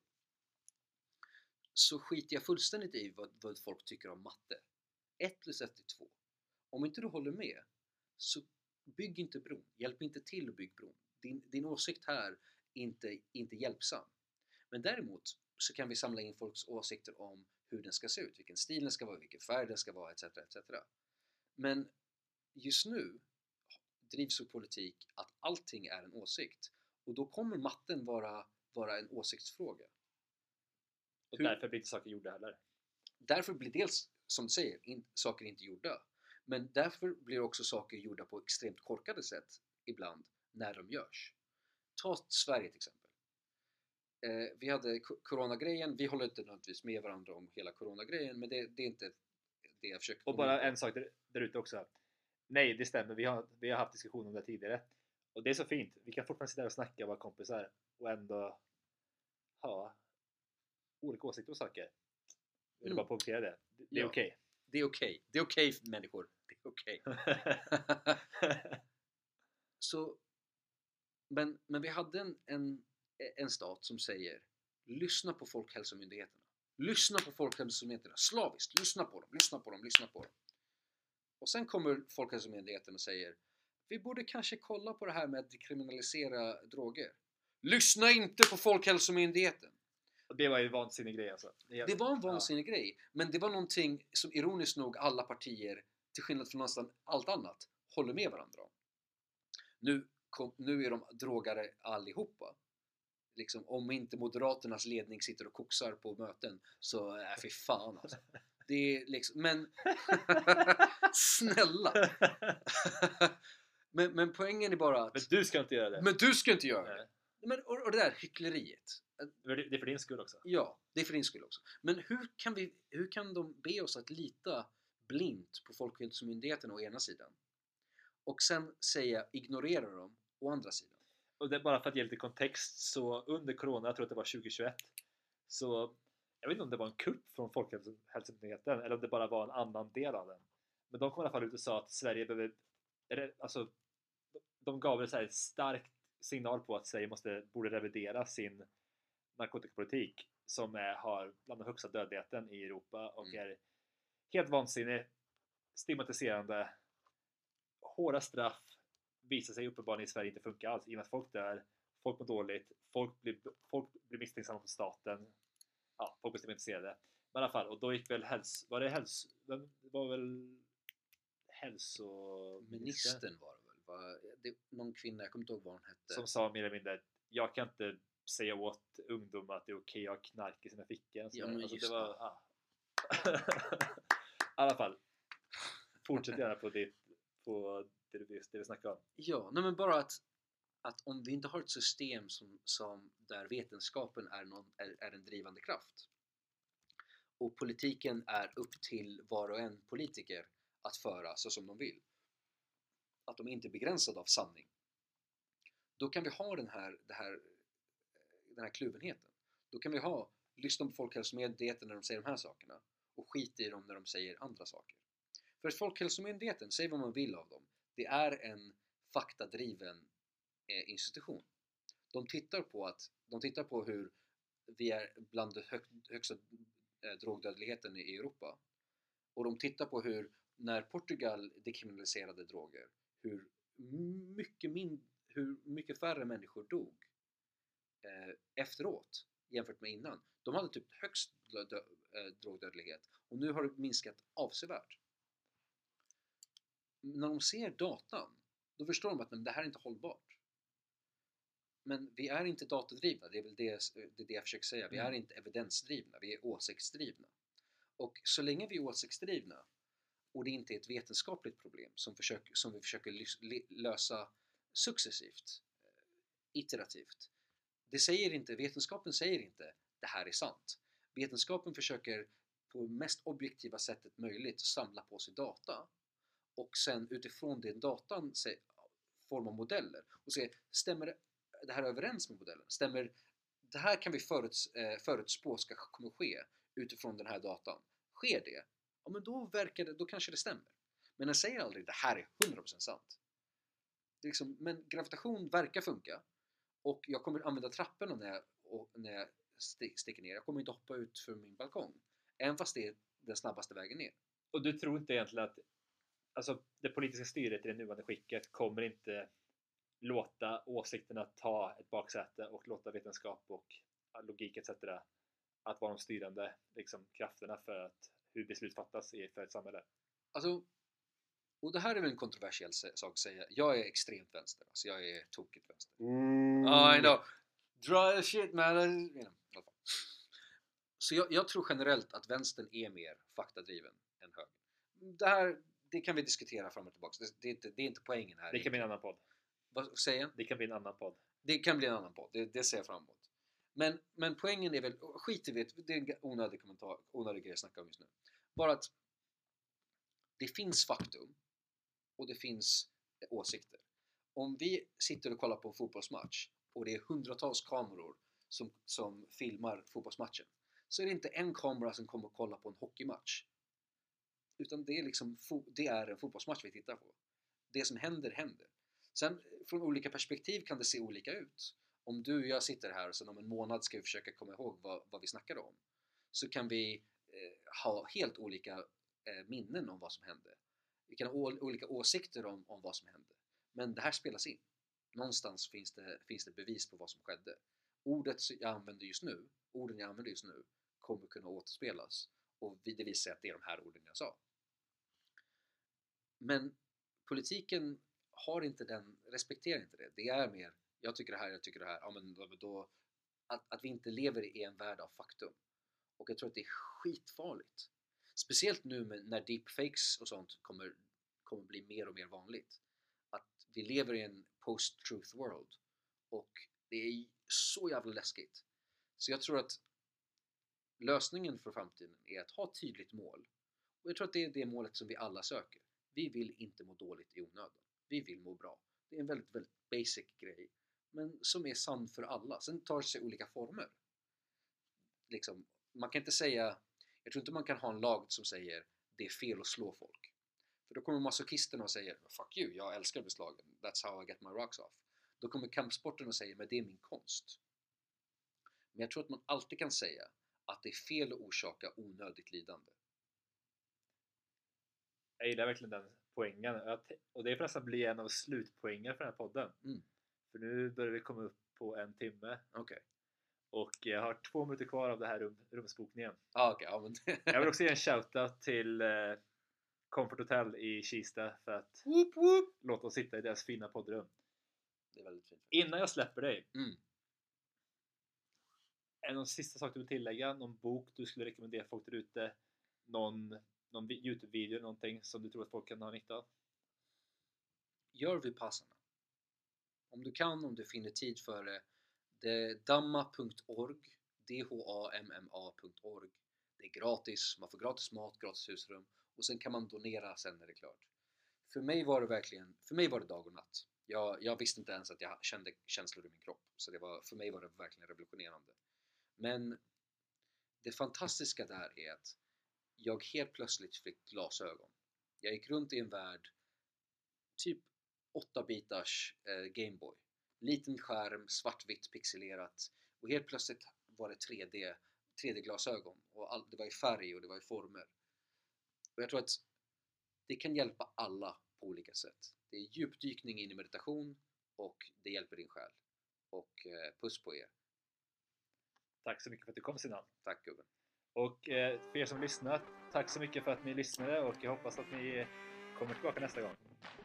så skiter jag fullständigt i vad, vad folk tycker om matte. ett plus ett är två. Om inte du håller med, så bygg inte bron. Hjälp inte till att bygga bron. Din, din åsikt här är inte, inte hjälpsam. Men däremot så kan vi samla in folks åsikter om hur den ska se ut, vilken stil den ska vara, vilken färg den ska vara, et cetera et cetera. Men just nu drivs ju politik att allting är en åsikt. Och då kommer matten vara, vara en åsiktsfråga. Och hur? Därför blir inte saker gjorda heller. Därför blir dels, som du säger, in, saker inte gjorda. Men därför blir också saker gjorda på extremt korkade sätt ibland när de görs. Ta Sverige till exempel. Eh, vi hade coronagrejen, vi håller inte nödvändigtvis med varandra om hela coronagrejen, men det, det är inte det jag försöker. Och bara en sak där, där ute också. Nej, det stämmer, vi har, vi har haft diskussion om det tidigare. Och det är så fint, vi kan fortfarande sitta där och snacka och vara kompisar och ändå ha olika åsikter och saker. Jag vill mm. bara poängtera det. Det, det är ja, okej. Okay. Det är okej. Okay. Det är okej okay, människor. Det är okej. Okay. Så Men, men vi hade en, en, en stat som säger lyssna på Folkhälsomyndigheterna. Lyssna på Folkhälsomyndigheterna. Slaviskt. Lyssna på dem. Lyssna på dem. Lyssna på dem. Och sen kommer Folkhälsomyndigheten och säger vi borde kanske kolla på det här med att dekriminalisera droger. Lyssna inte på Folkhälsomyndigheten. Och det var ju en vansinnig grej alltså. Det, det var en vansinnig ja. grej. Men det var någonting som ironiskt nog alla partier, till skillnad från nästan allt annat, håller med varandra om. Nu, kom, nu är de drogare allihopa. Liksom, om inte Moderaternas ledning sitter och koksar på möten så är äh, fy fan alltså. Det är liksom, men snälla. men, men poängen är bara att men du ska inte göra det. Men du ska inte göra det. Men, och, och det där hyckleriet. Det är för din skull också. Ja, det är för din skull också. Men hur kan vi, hur kan de be oss att lita blint på Folkhälsomyndigheten å ena sidan och sen säga ignorera dem å andra sidan? Och det är bara för att ge lite kontext, så under corona, jag tror att det var tjugohundratjugoett, så jag vet inte om det var en kupp från Folkhälsomyndigheten eller om det bara var en annan del av den, men de kom i alla fall ut och sa att Sverige behöver, alltså de gav en så här stark signal på att Sverige måste, borde revidera sin narkotikapolitik som är, har bland den högsta dödligheten i Europa och mm. är helt vansinnig, stigmatiserande, hårda straff, visar sig uppenbarligen i Sverige inte funkar alls i och med att folk dör, folk mår dåligt, folk blir, folk blir misstänksamma på staten, ja, folk blir stigmatiserade. Men i alla fall, och då gick väl häls, var det häls, det var väl hälsoministern var det väl, var det någon kvinna, jag kommer inte ihåg vad hon hette, som sa mer eller mindre, jag kan inte säga åt ungdomar att det är okej att ha knark i sina fickor. Ja, men alltså, just det var, ah. I alla fall, fortsätt gärna på det, på det, det, det vi snackade om. Ja, nej men bara att, att om vi inte har ett system som, som där vetenskapen är, någon, är, är en drivande kraft och politiken är upp till var och en politiker att föra så som de vill, att de inte är begränsade av sanning, då kan vi ha den här, det här, den här kluvenheten. Då kan vi ha, lyssna på Folkhälsomyndigheten när de säger de här sakerna och skit i dem när de säger andra saker. För Folkhälsomyndigheten, säg vad man vill av dem, det är en faktadriven eh, institution. De tittar på att de tittar på hur vi är bland den hög, högsta eh, drogdödligheten i Europa, och de tittar på hur när Portugal dekriminaliserade droger, hur mycket min, hur mycket färre människor dog eh, efteråt jämfört med innan. De hade typ högst dö, dö, eh, drogdödlighet och nu har det minskat avsevärt. När de ser datan, då förstår de att men det här är inte hållbart. Men vi är inte datadrivna, det är väl det, det, är det jag försöker säga. Vi är inte evidensdrivna, vi är åsiktsdrivna. Och så länge vi är åsiktsdrivna och det inte är ett vetenskapligt problem som, försöker, som vi försöker lösa successivt, iterativt. Det säger inte, vetenskapen säger inte det här är sant. Vetenskapen försöker på mest objektiva sättet möjligt samla på sig data och sen utifrån den datan forma modeller och se, stämmer det här överens med modellen? Stämmer det här, kan vi föruts, förutspå ska kommer ske utifrån den här datan? Sker det? Ja, men då verkar det, då kanske det stämmer. Men den säger aldrig det här är hundra procent sant. Det är liksom, men gravitation verkar funka och jag kommer använda trapporna när jag, och, när jag sticker ner. Jag kommer inte hoppa ut för min balkong. Även fast det är den snabbaste vägen ner. Och du tror inte egentligen att alltså, det politiska styret i det nuvarande skicket kommer inte låta åsikterna ta ett baksäte och låta vetenskap och logik et cetera att vara de styrande liksom, krafterna för att hur beslut fattas i för ett samhälle? Alltså, och det här är väl en kontroversiell sak att säga. Jag är extremt vänster. Alltså jag är tokigt vänster. Mm. Oh, I know. Dry shit man. You know. Så jag, jag tror generellt att vänstern är mer faktadriven än höger. Det här, det kan vi diskutera fram och tillbaka. Det, det, är, inte, det är inte poängen här. Det kan bli en annan podd. Vad säger jag? Det kan bli en annan podd. Det kan bli en annan podd. Det, det ser jag fram emot. Men, men poängen är väl, skit i det, det är en onödig kommentar, onödig grej att snacka om just nu. Bara att det finns faktum och det finns åsikter. Om vi sitter och kollar på en fotbollsmatch och det är hundratals kameror som, som filmar fotbollsmatchen, så är det inte en kamera som kommer att kolla på en hockeymatch. Utan det är liksom, det är en fotbollsmatch vi tittar på. Det som händer, händer. Sen från olika perspektiv kan det se olika ut. Om du och jag sitter här och sen om en månad ska vi försöka komma ihåg vad, vad vi snackade om, så kan vi eh, ha helt olika eh, minnen om vad som hände. Vi kan ha olika åsikter om, om vad som hände. Men det här spelas in. Någonstans finns det, finns det bevis på vad som skedde. Ordet jag använder just nu, orden jag använder just nu kommer kunna återspelas. Och det visar sig att det är de här orden jag sa. Men politiken har inte den, respekterar inte det. Det är mer, jag tycker det här, jag tycker det här. Ja, men då, att, att vi inte lever i en värld av faktum. Och jag tror att det är skitfarligt. Speciellt nu med, när deepfakes och sånt kommer, kommer bli mer och mer vanligt. Att vi lever i en post-truth world. Och det är så jävla läskigt. Så jag tror att lösningen för framtiden är att ha ett tydligt mål. Och jag tror att det är det målet som vi alla söker. Vi vill inte må dåligt i onödan. Vi vill må bra. Det är en väldigt, väldigt basic grej. Men som är sann för alla. Sen tar det sig olika former. Liksom, man kan inte säga... Jag tror inte man kan ha en lag som säger det är fel att slå folk. För då kommer masochisterna och säger fuck you, jag älskar beslagen. That's how I get my rocks off. Då kommer kampsporten och säger men det är min konst. Men jag tror att man alltid kan säga att det är fel att orsaka onödigt lidande. Jag gillar verkligen den poängen. Och det är förresten bli en av slutpoängen för den här podden. Mm. För nu börjar vi komma upp på en timme. Okej. Okay. Och jag har två minuter kvar av det här rum, rumsbokningen. Ah, okay. Ja, men... jag vill också ge en shoutout till eh, Comfort Hotel i Kista för att whoop, whoop. låta oss sitta i deras fina poddrum. Det är väldigt fint. Innan jag släpper dig. Mm. Är det någon sista sak du vill tillägga? Någon bok du skulle rekommendera folk där ute? Någon, någon YouTube-video, någonting som du tror att folk kan ha nytta av? Gör Vipassana. Om du kan, om du finner tid för det. Det är damma punkt org, D H A M M A punkt org. Det är gratis, man får gratis mat, gratis husrum och sen kan man donera sen när det är klart. För mig var det verkligen, för mig var det dag och natt. Jag, jag visste inte ens att jag kände känslor i min kropp, så det var, för mig var det verkligen revolutionerande. Men det fantastiska där är att jag helt plötsligt fick glasögon. Jag gick runt i en värld, typ åtta bitars eh, Gameboy. Liten skärm, svartvitt, pixelerat. Och helt plötsligt var det tre D, tre D-glasögon. Och all, det var i färg och det var i former. Och jag tror att det kan hjälpa alla på olika sätt. Det är djupdykning in i meditation och det hjälper din själ. Och eh, puss på er. Tack så mycket för att du kom, Sinan. Tack gubben. Och eh, för er som lyssnat, tack så mycket för att ni lyssnade och jag hoppas att ni kommer tillbaka nästa gång.